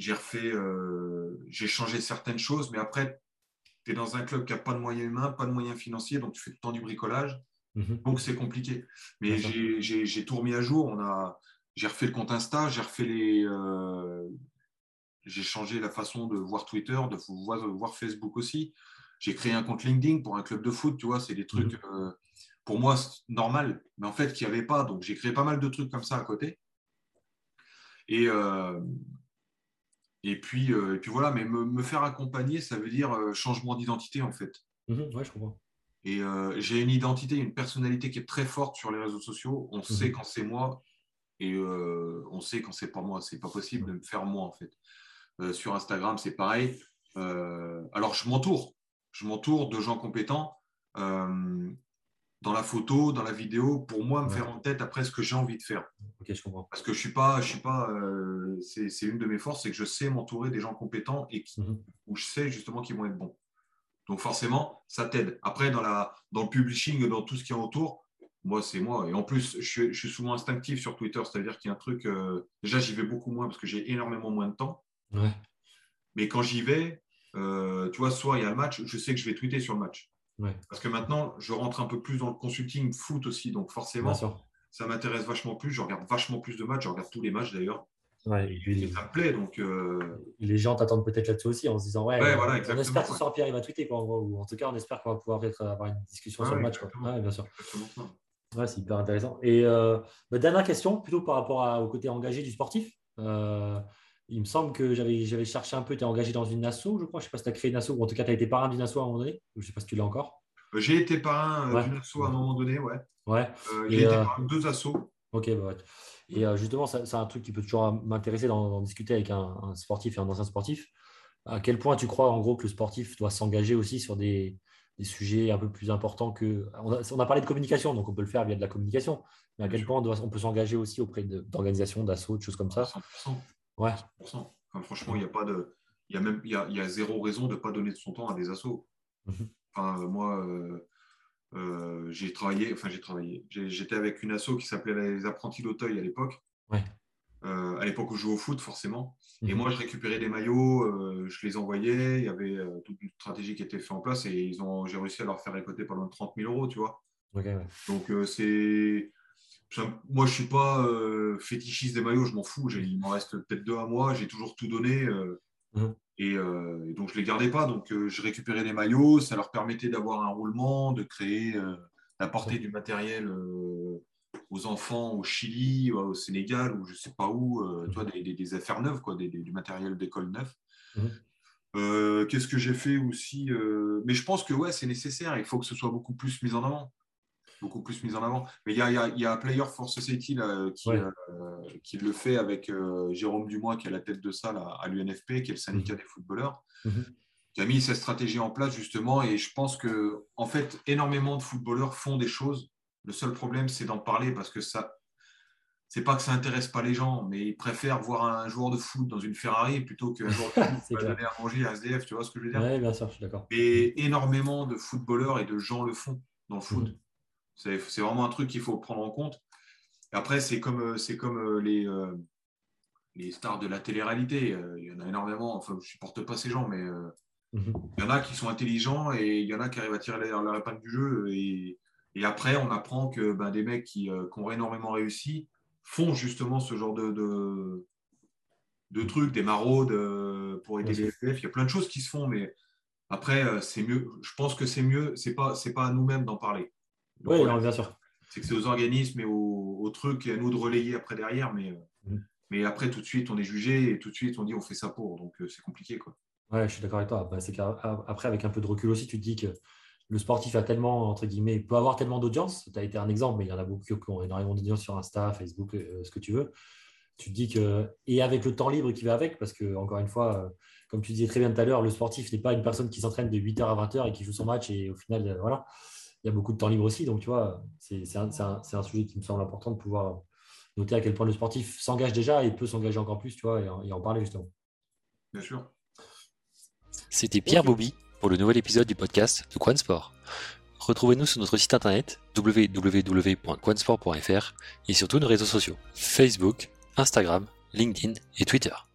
j'ai changé certaines choses, mais après, tu es dans un club qui n'a pas de moyens humains, pas de moyens financiers, donc tu fais tout le temps du bricolage. Mhm. Donc, c'est compliqué. Bien Mais sûr. j'ai tout remis à jour. J'ai refait le compte Insta, j'ai changé la façon de voir Twitter, de voir Facebook aussi. J'ai créé un compte LinkedIn pour un club de foot, tu vois, c'est des trucs, Mhm. pour moi, normal, mais en fait, qu'il n'y avait pas. Donc, j'ai créé pas mal de trucs comme ça à côté. Et, euh, et puis voilà, mais me faire accompagner, ça veut dire changement d'identité, en fait. Mhm. Ouais, je comprends. Et j'ai une identité, une personnalité qui est très forte sur les réseaux sociaux. On sait Mhm. quand c'est moi et on sait quand c'est pas moi. C'est pas possible de me faire moi, en fait. Sur Instagram, c'est pareil. Alors, je m'entoure de gens compétents euh, dans la photo, dans la vidéo, pour moi, me Ouais. faire en tête après ce que j'ai envie de faire. Ok, je comprends. Parce que je suis pas, c'est une de mes forces, c'est que je sais m'entourer des gens compétents Mhm. où je sais justement qu'ils vont être bons. Donc forcément, ça t'aide. Après, dans le publishing, dans tout ce qui est autour, moi, c'est moi. Et en plus, je suis souvent instinctif sur Twitter, c'est-à-dire qu'il y a un truc, déjà, j'y vais beaucoup moins parce que j'ai énormément moins de temps. Ouais. Mais quand j'y vais, tu vois, soit il y a le match, je sais que je vais tweeter sur le match. Ouais. Parce que maintenant, je rentre un peu plus dans le consulting foot aussi. Donc Bien forcément, sûr. ça m'intéresse vachement plus. Je regarde vachement plus de matchs. Je regarde tous les matchs d'ailleurs. Ouais. Et Et puis, ça me plaît. Donc, les gens t'attendent peut-être là-dessus aussi en se disant, ouais, ouais, voilà, on espère exactement. que ce Ouais. soir Pierre il va tweeter, quoi, en gros. Ou en tout cas, on espère qu'on va pouvoir peut-être avoir une discussion Ouais, sur le ouais, match, quoi. exactement. Ouais, bien sûr. Exactement ça. Ouais, c'est hyper intéressant. Et dernière question, plutôt par rapport au côté engagé du sportif. Il me semble que j'avais cherché un peu, tu es engagé dans une asso, je crois. Je ne sais pas si tu as créé une asso, ou en tout cas, tu as été parrain d'une asso à un moment donné. Je ne sais pas si tu l'as encore. J'ai été parrain Ouais. d'une asso à un Ouais. moment donné, ouais. Ouais. J'ai Et, été parrain de 2 assos. ok, bah ouais. Et justement, c'est un truc qui peut toujours m'intéresser d'en discuter avec un sportif et un ancien sportif. À quel point tu crois en gros que le sportif doit s'engager aussi sur des sujets un peu plus importants que. On a parlé de communication, donc on peut le faire via de la communication. Mais à Bien quel sûr. point on peut s'engager aussi auprès d'organisations, d'assauts, de choses comme À ça. 100%. Ouais. 100%. Enfin, franchement, il Mhm. n'y a pas de. Il y a zéro raison de ne pas donner de son temps à des assos. Mhm. Enfin, moi, j'ai travaillé. J'étais avec une asso qui s'appelait les Apprentis d'Auteuil Ouais. à l'époque où je jouais au foot, forcément. Et Mhm. moi, je récupérais des maillots, je les envoyais. Il y avait toute une stratégie qui était faite en place et j'ai réussi à leur faire récolter pas loin de 30 000 euros, tu vois. Ok, ouais. Donc, moi, je suis pas fétichiste des maillots, je m'en fous. Il m'en reste peut-être 2 à moi, j'ai toujours tout donné. Mhm. Et donc, je ne les gardais pas. Donc, je récupérais les maillots. Ça leur permettait d'avoir un roulement, de créer, d'apporter du matériel aux enfants au Chili, au Sénégal, ou je ne sais pas où, tu vois, Mhm. des affaires neuves, quoi, du matériel d'école neuf. Mhm. Qu'est-ce que j'ai fait aussi mais je pense que ouais, c'est nécessaire. Il faut que ce soit beaucoup plus mis en avant. Beaucoup plus mis en avant. Mais il y a Player for Society là, Ouais. qui le fait avec Jérôme Dumois, qui est à la tête de ça là, à l'UNFP, qui est le syndicat Mhm. des footballeurs, Mhm. qui a mis cette stratégie en place justement. Et je pense que, en fait, énormément de footballeurs font des choses. Le seul problème, c'est d'en parler parce que c'est pas que ça intéresse pas les gens, mais ils préfèrent voir un joueur de foot dans une Ferrari plutôt qu'un joueur de foot qui va donner à manger à SDF. Tu vois ce que je veux dire? Oui, bien sûr, je suis d'accord. Et énormément de footballeurs et de gens le font dans le foot. Mhm. C'est vraiment un truc qu'il faut prendre en compte. Et après, c'est comme les stars de la télé-réalité. Il y en a énormément. Enfin, je ne supporte pas ces gens, mais Mhm. il y en a qui sont intelligents et il y en a qui arrivent à tirer leur épingle du jeu. Et après, on apprend que des mecs qui ont énormément réussi font justement ce genre de trucs, des maraudes pour aider Bien les sûr. FPF. Il y a plein de choses qui se font, mais après, c'est mieux. Je pense que c'est mieux. C'est pas à nous-mêmes d'en parler. Le Oui, problème, non, bien sûr. c'est que c'est aux organismes et aux trucs et à nous de relayer après derrière. Mhm. Mais après, tout de suite, on est jugé et tout de suite, on dit on fait ça pour. Donc, c'est compliqué, quoi. Ouais, je suis d'accord avec toi. Bah, c'est qu'après, avec un peu de recul aussi, tu te dis que le sportif a tellement, entre guillemets, peut avoir tellement d'audience. Tu as été un exemple, mais il y en a beaucoup qui ont énormément d'audience sur Insta, Facebook, ce que tu veux. Tu te dis que, et avec le temps libre qui va avec, parce que, encore une fois, comme tu disais très bien tout à l'heure, le sportif n'est pas une personne qui s'entraîne de 8h à 20h et qui joue son match, et au final, voilà, il y a beaucoup de temps libre aussi. Donc, tu vois, c'est un sujet qui me semble important de pouvoir noter à quel point le sportif s'engage déjà et peut s'engager encore plus, tu vois, et en parler justement. Bien sûr. C'était Pierre Ok. Bobby pour le nouvel épisode du podcast de Quan Sport. Retrouvez-nous sur notre site internet www.quansport.fr et sur tous nos réseaux sociaux Facebook, Instagram, LinkedIn et Twitter.